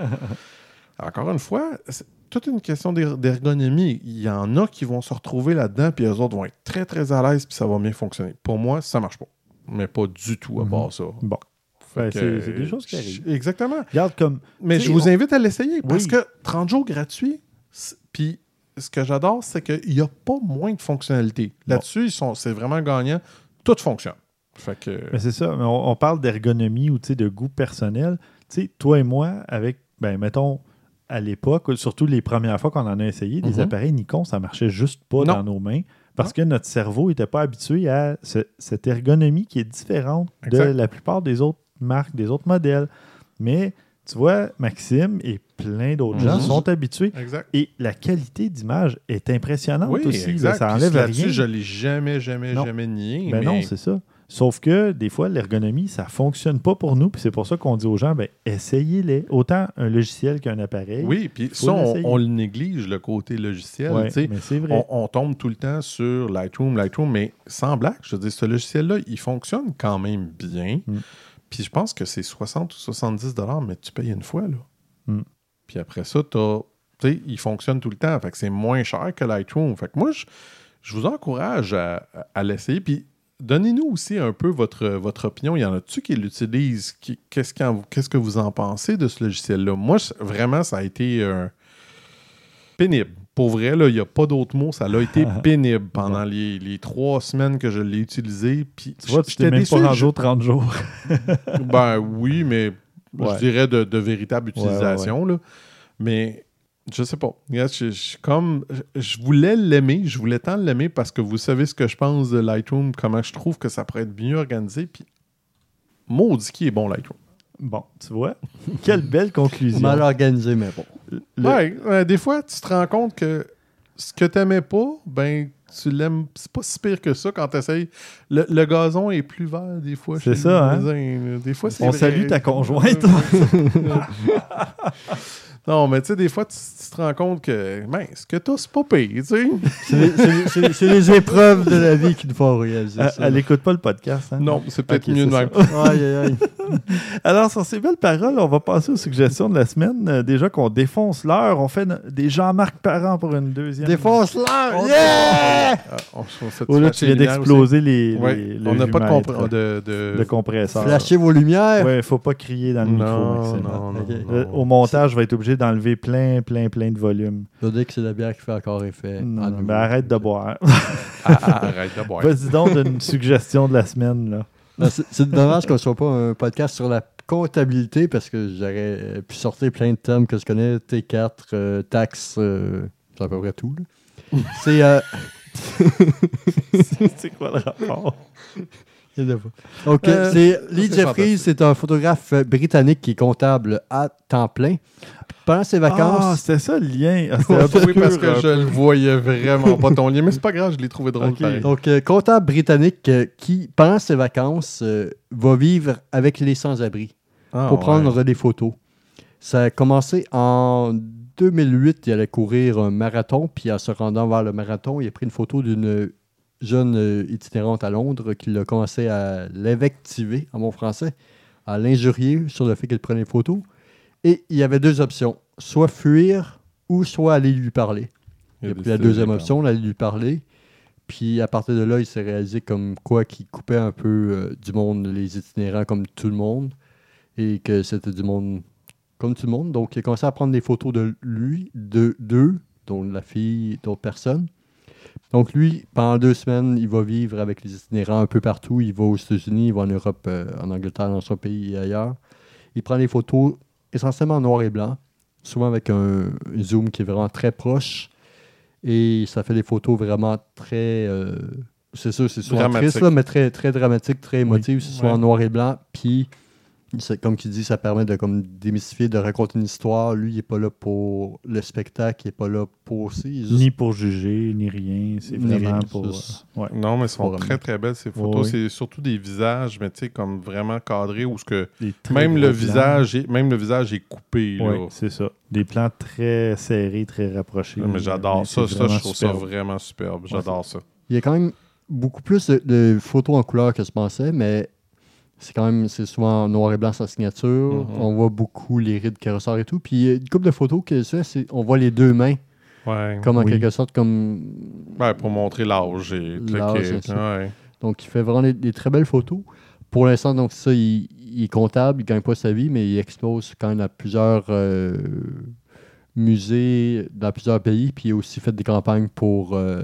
Encore une fois, c'est toute une question d'ergonomie. Il y en a qui vont se retrouver là-dedans, puis eux autres vont être très, très à l'aise, puis ça va bien fonctionner. Pour moi, ça marche pas. Mais pas du tout à part mm-hmm. ça. Bon. Ben, c'est, c'est des choses qui arrivent. Exactement. Regarde comme... Mais je vous invite à l'essayer, parce oui. que trente jours gratuits, puis ce que j'adore, c'est qu'il n'y a pas moins de fonctionnalités. Là-dessus, bon. ils sont, c'est vraiment gagnant. Tout fonctionne. Fait que... Mais c'est ça. On, on parle d'ergonomie ou de goût personnel. T'sais, toi et moi, avec, ben mettons... à l'époque, surtout les premières fois qu'on en a essayé, des mm-hmm. appareils Nikon, ça marchait juste pas non. dans nos mains parce non. que notre cerveau n'était pas habitué à ce, cette ergonomie qui est différente exact. de la plupart des autres marques, des autres modèles. Mais tu vois, Maxime et plein d'autres mm-hmm. gens sont habitués exact. et la qualité d'image est impressionnante oui, aussi. Exact. Là, ça enlève Puis rien. Je ne l'ai jamais, jamais, non. jamais nié. Ben mais... non, c'est ça. Sauf que, des fois, l'ergonomie, ça ne fonctionne pas pour nous. Puis c'est pour ça qu'on dit aux gens, ben, essayez-les. Autant un logiciel qu'un appareil. Oui, puis ça, on, on le néglige, le côté logiciel. Ouais, mais c'est vrai. On, on tombe tout le temps sur Lightroom, Lightroom, mais sans blague, je veux dire, ce logiciel-là, il fonctionne quand même bien. Mm. Puis je pense que c'est soixante ou soixante-dix dollars, mais tu payes une fois, là. Mm. Puis après ça, t'as, t'sais, il fonctionne tout le temps. Fait que c'est moins cher que Lightroom. Fait que moi, je, je vous encourage à, à l'essayer. Puis donnez-nous aussi un peu votre, votre opinion. Il y en a-tu qui l'utilisent? Qui, qu'est-ce, qu'est-ce que vous en pensez de ce logiciel-là? Moi, vraiment, ça a été euh, pénible. Pour vrai, il n'y a pas d'autre mot. Ça a été pénible pendant les, les trois semaines que je l'ai utilisé. Puis, tu vois, tu t'es même déçu, pas rendu aux trente jours. Ben oui, mais ouais. je dirais de, de véritable utilisation. Ouais, ouais, ouais. Là. Mais je sais pas. Je, je, je, comme, je voulais l'aimer. Je voulais tant l'aimer parce que vous savez ce que je pense de Lightroom, comment je trouve que ça pourrait être mieux organisé. Puis, maudit qui est bon, Lightroom. Bon, tu vois, quelle belle conclusion. Mal organisé, mais bon. Le... Ouais, euh, des fois, tu te rends compte que ce que tu n'aimais pas, ben, tu l'aimes. C'est pas si pire que ça quand tu essayes. Le, le gazon est plus vert, des fois. C'est ça, hein? Voisins. Des fois, c'est On vrai. salue ta conjointe. Non, mais tu sais, des fois, tu, tu te rends compte que, ben, ce que t'as, c'est pas pire, tu sais. C'est, les, c'est, c'est, c'est les épreuves de la vie qui nous font réaliser elle, ça. Elle n'écoute pas le podcast, hein? Non, c'est peut-être okay, c'est mieux de même. Aïe, aïe, aïe. Alors, sur ces belles paroles, on va passer aux suggestions de la semaine. Euh, déjà qu'on défonce l'heure, on fait des Jean-Marc Parent pour une deuxième. Défonce l'heure! On yeah! On, on fait oh là, tu viens d'exploser les, ouais, les on n'a pas de, compre- de, de... de compresseur. Flashez vos lumières. Ouais, il ne faut pas crier dans le non, micro, Maxime. Non, non, okay. non, Au montage, je vais être obligé d'enlever plein, plein, plein de volume. Je veux dire que c'est la bière qui fait encore effet. Non, non, mais arrête de boire. ah, ah, arrête de boire. Vas-y donc d'une suggestion de la semaine, là. Non, c'est, c'est dommage qu'on ne soit pas un podcast sur la comptabilité parce que j'aurais pu sortir plein de termes que je connais, T quatre, euh, taxes, euh, c'est à peu près tout. Là. C'est, euh... c'est, c'est quoi le rapport? OK. Euh, c'est Lee Jeffries, c'est un photographe britannique qui est comptable à temps plein. Pendant ses vacances... Ah, c'était ça le lien. Ah, oui, parce que je le voyais vraiment pas ton lien, mais c'est pas grave, je l'ai trouvé drôle. Okay. Donc, euh, comptable britannique euh, qui, pendant ses vacances, euh, va vivre avec les sans-abri ah, pour prendre ouais. des photos. Ça a commencé en deux mille huit, il allait courir un marathon, puis en se rendant vers le marathon, il a pris une photo d'une jeune euh, itinérante à Londres qui a commencé à l'invectiver, en bon français, à l'injurier sur le fait qu'elle prenait des photos. Et il y avait deux options, soit fuir ou soit aller lui parler. Il a pris la deuxième option, aller lui parler. Puis à partir de là, il s'est réalisé comme quoi qu'il coupait un peu euh, du monde, les itinérants comme tout le monde, et que c'était du monde comme tout le monde. Donc, il a commencé à prendre des photos de lui, de d'eux, dont la fille, d'autres personnes. Donc, lui, pendant deux semaines, il va vivre avec les itinérants un peu partout. Il va aux États-Unis, il va en Europe, euh, en Angleterre, dans son pays et ailleurs. Il prend des photos essentiellement en noir et blanc, souvent avec un, un zoom qui est vraiment très proche. Et ça fait des photos vraiment très... Euh, c'est sûr, c'est souvent Dramatique. triste, là, mais très, très dramatique, très émotive. Oui. C'est souvent Ouais. en noir et blanc. Puis, c'est, comme tu dis, ça permet de comme, démystifier, de raconter une histoire. Lui, il n'est pas là pour le spectacle, il n'est pas là pour aussi. il est juste- Ni pour juger, ni rien. C'est Ni vraiment rien, pour. c'est- euh, ouais. Non, mais elles sont Pour très, ramener. très belles, ces photos. Oui. C'est surtout des visages, mais tu sais, comme vraiment cadrés, où ce que Des très même gros le, plans. visage est, même le visage est coupé. Là. Oui, c'est ça. Des plans très serrés, très rapprochés. Ouais, mais j'adore Mais ça. c'est Ça, je vraiment trouve superbe. ça vraiment superbe. J'adore ça. Il y a quand même beaucoup plus de, de photos en couleur que je pensais, mais c'est quand même c'est souvent en noir et blanc sa signature. Mhm. On voit beaucoup les rides qui ressortent et tout. Puis il y a une couple de photos que c'est, c'est- on voit les deux mains, Ouais. comme en Oui. quelque sorte comme. Ouais, pour montrer l'âge et tout le L'âge, kit. c'est ça. Ouais. Donc il fait vraiment des, des très belles photos. Pour l'instant, donc ça, il, il est comptable, il gagne pas sa vie, mais il expose quand même à plusieurs euh, musées dans plusieurs pays, puis il a aussi fait des campagnes pour, euh,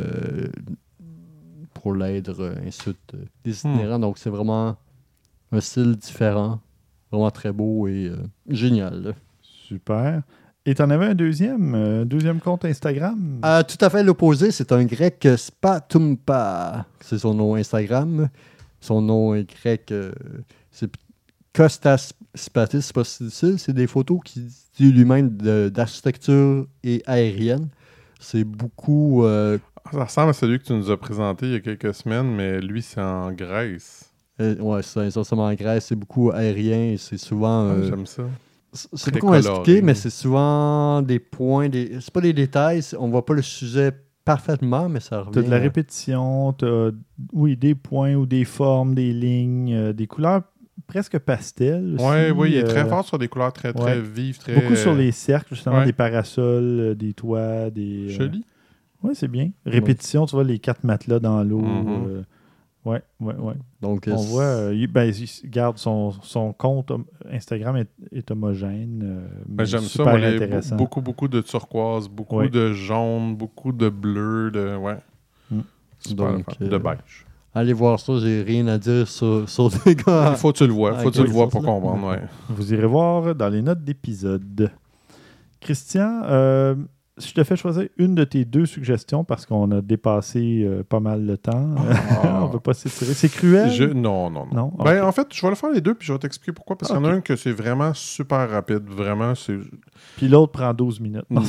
pour l'aide, euh, ainsi de suite, euh, des itinérants. Donc c'est vraiment un style différent, vraiment très beau et euh, génial. là. Super. Et tu en avais un deuxième, euh, deuxième compte Instagram? Euh, tout à fait l'opposé, c'est un grec euh, Spatumpa, c'est son nom Instagram. Son nom est grec, euh, c'est Kostas Spatis, c'est pas si difficile. C'est des photos qui dit lui-même de- d'architecture et aérienne. C'est beaucoup. euh, Ça ressemble à celui que tu nous as présenté il y a quelques semaines, mais lui, c'est en Grèce. euh, ouais, c'est essentiellement en Grèce, c'est beaucoup aérien et c'est souvent. Ah, euh, j'aime ça. c'est c'est très pas comment coloré. expliquer, mais c'est souvent des points. Des, c'est pas des détails, c'est- on voit pas le sujet parfaitement, mais ça revient. Tu as de la à- répétition, tu as oui, des points ou des formes, des lignes, euh, des couleurs presque pastel. Aussi, Oui, oui, il est très euh, fort sur des couleurs très, très ouais. vives. Très, Beaucoup sur les cercles, justement, ouais. des parasols, euh, des toits, des. euh, Joli. Oui, c'est bien. Répétition, tu vois, les quatre matelas dans l'eau. Mhm. euh, ouais, ouais, ouais. Donc, euh, On voit, euh, il, ben, il garde son, son compte hom- Instagram est, est homogène. euh, Ben, mais j'aime ça. super Moi, il y a intéressant. be- beaucoup, beaucoup de turquoise, beaucoup Ouais. de jaune, beaucoup de bleu, de. Ouais. Mm. Super Donc, le fun. euh, De beige. allez voir ça, j'ai rien à dire sur, sur des gars. Il faut que tu le vois. Ah, faut que tu ok, le vois ça, pour ça. comprendre. Ouais. Vous irez voir dans les notes d'épisode. Christian, euh, si je te fais choisir une de tes deux suggestions, parce qu'on a dépassé euh, pas mal le temps, Ah. on ne veut pas s'étirer. C'est cruel? Je... Non, non, non. Non? Ben, Ok. en fait, je vais le faire les deux, puis je vais t'expliquer pourquoi. Parce qu'il y en a Ok. un que c'est vraiment super rapide. Vraiment, c'est. Puis l'autre prend douze minutes. Non.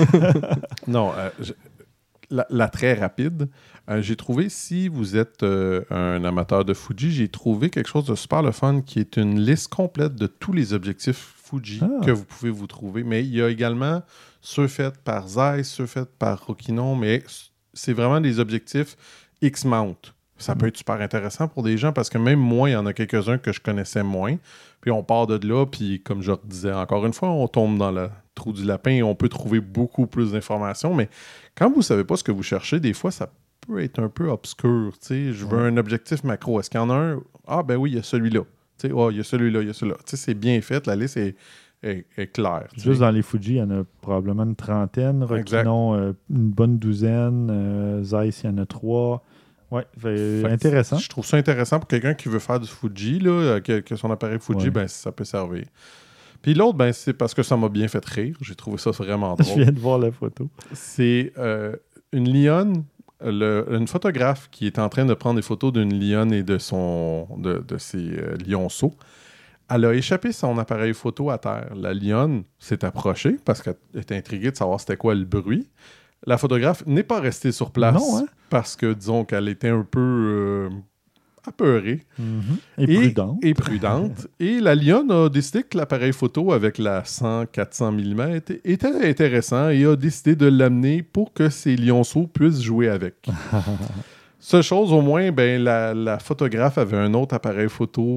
non, euh, je- la, la très rapide. Euh, j'ai trouvé, si vous êtes euh, un amateur de Fuji, j'ai trouvé quelque chose de super le fun qui est une liste complète de tous les objectifs Fuji Ah. que vous pouvez vous trouver. Mais il y a également ceux faits par Zeiss, ceux faits par Rokinon, mais c'est vraiment des objectifs X-mount. Ça peut être super intéressant pour des gens parce que même moi, il y en a quelques-uns que je connaissais moins. Puis on part de là, puis comme je disais encore une fois, on tombe dans le trou du lapin et on peut trouver beaucoup plus d'informations. Mais quand vous ne savez pas ce que vous cherchez, des fois, ça peut être un peu obscur. Tu sais, je veux Ouais. un objectif macro. Est-ce qu'il y en a un? Ah, ben oui, il y a celui-là. Tu sais, oh, il y a celui-là, il y a celui-là. Tu sais, c'est bien fait. La liste est, est, est claire. tu sais. Juste dans les Fuji, il y en a probablement une trentaine. Exact. Rokinon, euh, une bonne douzaine. Euh, Zeiss, il y en a trois. Ouais, fait- Fait que intéressant. Je trouve ça intéressant pour quelqu'un qui veut faire du Fuji, là, euh, que, que son appareil Fuji, Ouais. ben, ça peut servir. Puis l'autre, ben, c'est parce que ça m'a bien fait rire. J'ai trouvé ça vraiment Je drôle. viens de voir la photo. C'est euh, une lionne, le- une photographe qui est en train de prendre des photos d'une lionne et de, son, de, de ses euh, lionceaux. Elle a échappé son appareil photo à terre. La lionne s'est approchée parce qu'elle était intriguée de savoir c'était quoi le bruit. La photographe n'est pas restée sur place Non, hein? parce que, disons, qu'elle était un peu euh, apeurée Et, prudent. et prudente. Et la lionne a décidé que l'appareil photo avec la cent à quatre cents millimètres était intéressant et a décidé de l'amener pour que ses lionceaux puissent jouer avec. Seule chose, au moins, ben, la, la photographe avait un autre appareil photo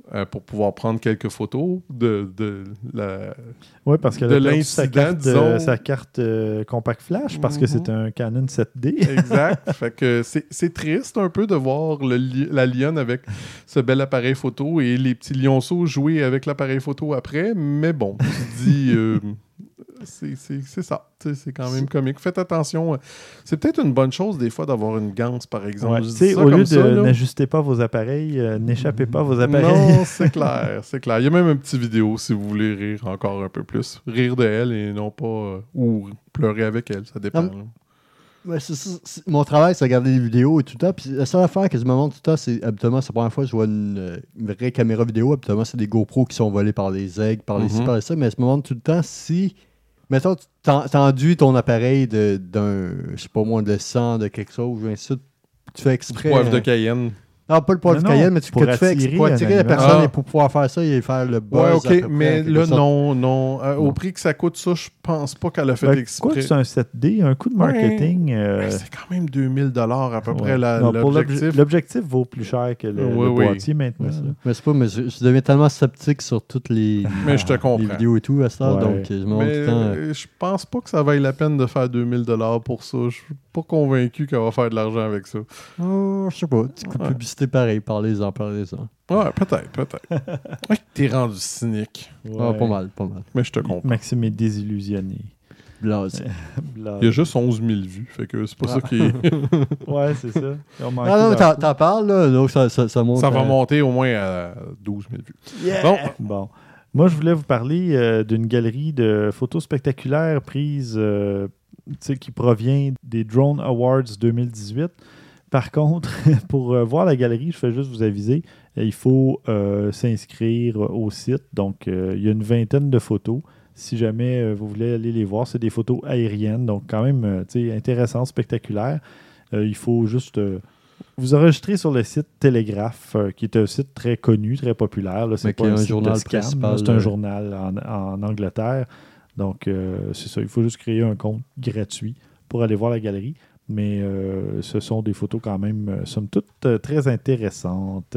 euh, pour pouvoir prendre quelques photos de, de la... Oui, parce qu'elle de a perdu sa l'incident, carte, disons. euh, sa carte euh, compact flash parce que Mhm. c'est un Canon sept D. Exact. Fait que c'est, c'est triste un peu de voir le li- la lionne avec ce bel appareil photo et les petits lionceaux jouer avec l'appareil photo après. Mais bon, tu te dis... euh, c'est, c'est, c'est ça. Tu sais, c'est quand même comique. Faites attention. C'est peut-être une bonne chose des fois d'avoir une ganse, par exemple. Ouais, Je tu dis sais, ça au comme lieu de ça, là. n'ajustez pas vos appareils, euh, n'échappez pas vos appareils. Non, c'est clair, c'est clair. Il y a même une petite vidéo si vous voulez rire encore un peu plus. Rire de elle et non pas... euh, ou pleurer avec elle, ça dépend. Non, là. Ouais, c'est ça, c'est- mon travail, c'est regarder des vidéos et tout le temps. Puis la seule affaire que je me montre tout le temps, c'est habituellement, c'est la première fois que je vois une, euh, une vraie caméra vidéo. Habituellement, c'est des GoPros qui sont volés par les aigles, par les ci, Mhm. par les ça. Mais je me montre tout le temps si, mettons, tu t'en- t'enduis ton appareil de- d'un, je sais pas moi, de sang, de quelque chose, ou ainsi de suite, tu fais exprès. Poivre de euh, Cayenne. Non, pas le poivre Non, de non, Cayenne, mais tu, pour que tu fais ex- attirer pour un attirer la animal. personne Ah. et pour pouvoir faire ça et faire le buzz. Ouais, à ok, peu près, mais en quelque là, sorte. non, non. Euh, Non. Au prix que ça coûte ça, je pense pas qu'elle a fait Ben, exprès. quoi que c'est un sept D, un coup de marketing. euh, Ben, c'est quand même deux mille dollars à peu ouais. près la- Non, pour l'obje- l'objectif. l'objectif vaut plus cher que le, Oui, le oui. boîtier maintenant. Ouais. ça. Mais c'est pas, mais je, je deviens tellement sceptique sur toutes les, Mais je te les comprends. vidéos et tout à ça, Ouais. donc je me montre Mais tout le temps. euh, euh, je pense pas que ça vaille la peine de faire deux mille dollars pour ça. Je suis pas convaincu qu'elle va faire de l'argent avec ça. Oh, je sais pas, petit coup de Ouais. publicité pareil, parlez-en, parlez-en. Ouais, peut-être, peut-être. Ouais, t'es rendu cynique. Ah, Ouais. pas mal, pas mal. Mais je te comprends. Maxime est désillusionné. Blasé. Blasé. Il y a juste onze mille vues, fait que c'est pas Ah. ça qui est... Ouais, c'est ça. Ils ont manqué Ah non, mais leur t'en, t'en parles, là, donc ça, ça, ça monte. Ça va à- monter au moins à douze mille vues. Yeah! Bon, Bon. Moi, je voulais vous parler euh, d'une galerie de photos spectaculaires prises euh, tu sais, qui provient des Drone Awards deux mille dix-huit. Par contre, pour euh, voir la galerie, je fais juste vous aviser, euh, il faut euh, s'inscrire au site. Donc, euh, il y a une vingtaine de photos. Si jamais euh, vous voulez aller les voir, c'est des photos aériennes, donc quand même euh, tu sais, intéressantes, spectaculaires. Euh, il faut juste euh, vous enregistrer sur le site Télégraphe, euh, qui est un site très connu, très populaire. Là. C'est Mais pas qui est un, un site journal de scam, principal, là. C'est un euh. journal en, en Angleterre. Donc, euh, c'est ça. Il faut juste créer un compte gratuit pour aller voir la galerie. Mais euh, ce sont des photos quand même, euh, somme toute, euh, très intéressantes.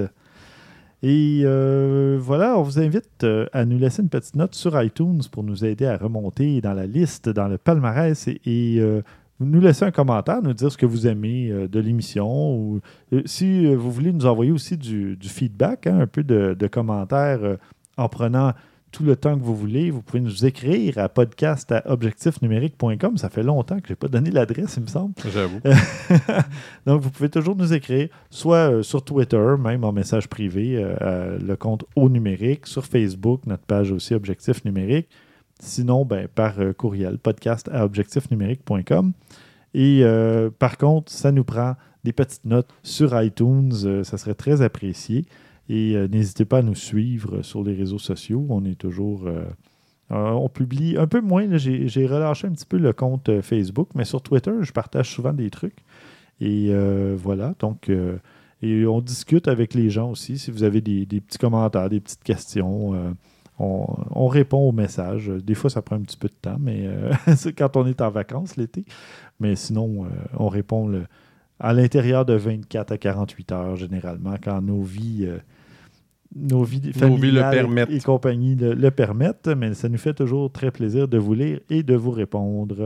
Et euh, voilà, on vous invite euh, à nous laisser une petite note sur iTunes pour nous aider à remonter dans la liste, dans le palmarès et, et euh, nous laisser un commentaire, nous dire ce que vous aimez euh, de l'émission. Ou euh, si euh, vous voulez nous envoyer aussi du, du feedback, hein, un peu de, de commentaires euh, en prenant tout le temps que vous voulez, vous pouvez nous écrire à podcast à objectif numérique point com. Ça fait longtemps que je n'ai pas donné l'adresse, il me semble. j'avoue. Donc, vous pouvez toujours nous écrire, soit euh, sur Twitter, même en message privé, euh, euh, le compte Au Numérique, sur Facebook, notre page aussi Objectif Numérique. Sinon, ben, par euh, courriel, podcast à objectif numérique point com. Et euh, par contre, ça nous prend des petites notes sur iTunes. Euh, ça serait très apprécié. Et euh, n'hésitez pas à nous suivre sur les réseaux sociaux. On est toujours... euh, euh, on publie un peu moins. Là, j'ai, j'ai relâché un petit peu le compte euh, Facebook, mais sur Twitter, je partage souvent des trucs. Et euh, voilà, donc, euh, et on discute avec les gens aussi. Si vous avez des, des petits commentaires, des petites questions, euh, on, on répond aux messages. Des fois, ça prend un petit peu de temps, mais euh, c'est quand on est en vacances l'été. Mais sinon, euh, on répond le, à l'intérieur de vingt-quatre à quarante-huit heures, généralement, quand nos vies, euh, nos vies Nos vies le familiales permettent. et compagnie le, le permettent. Mais ça nous fait toujours très plaisir de vous lire et de vous répondre.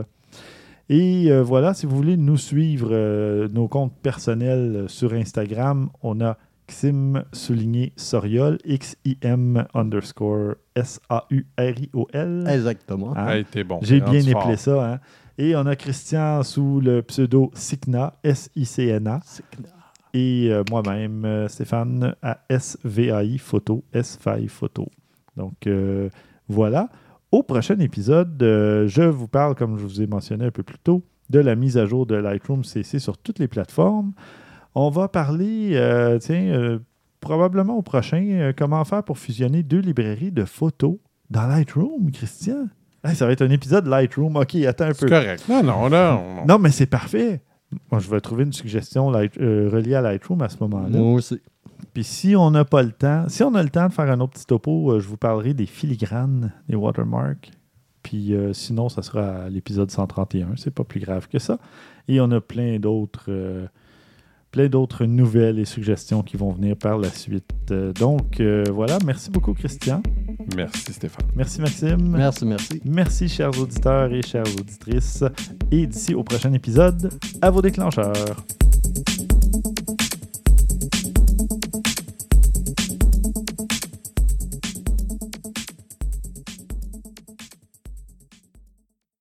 Et euh, voilà, si vous voulez nous suivre, euh, nos comptes personnels sur Instagram, on a Xim souligné Soriol, X I M underscore S A U R I O L. Exactement. Hein? Hey, t'es bon. J'ai T'es bien rendu épelé fort. ça. Hein? Et on a Christian sous le pseudo Sicna, S I C N A. Et euh, moi-même, euh, Stéphane, à S V A I Photo, S V A I Photo. Donc, euh, voilà. Au prochain épisode, euh, je vous parle, comme je vous ai mentionné un peu plus tôt, de la mise à jour de Lightroom C C sur toutes les plateformes. On va parler, euh, tiens, euh, probablement au prochain, euh, comment faire pour fusionner deux librairies de photos dans Lightroom, Christian. Hey, ça va être un épisode Lightroom. OK, attends un C'est peu. correct. Non, non, non. non. Non, mais c'est parfait. Moi, je vais trouver une suggestion Light- euh, reliée à Lightroom à ce moment-là. Moi aussi. Puis si on n'a pas le temps, si on a le temps de faire un autre petit topo, euh, je vous parlerai des filigranes, des watermarks. Puis euh, sinon, ça sera à l'épisode cent trente et un. C'est pas plus grave que ça. Et on a plein d'autres, euh, plein d'autres nouvelles et suggestions qui vont venir par la suite. Euh, donc, euh, voilà. Merci beaucoup, Christian. Merci, Stéphane. Merci, Maxime. Merci, merci. Merci, chers auditeurs et chères auditrices. Et d'ici au prochain épisode, à vos déclencheurs.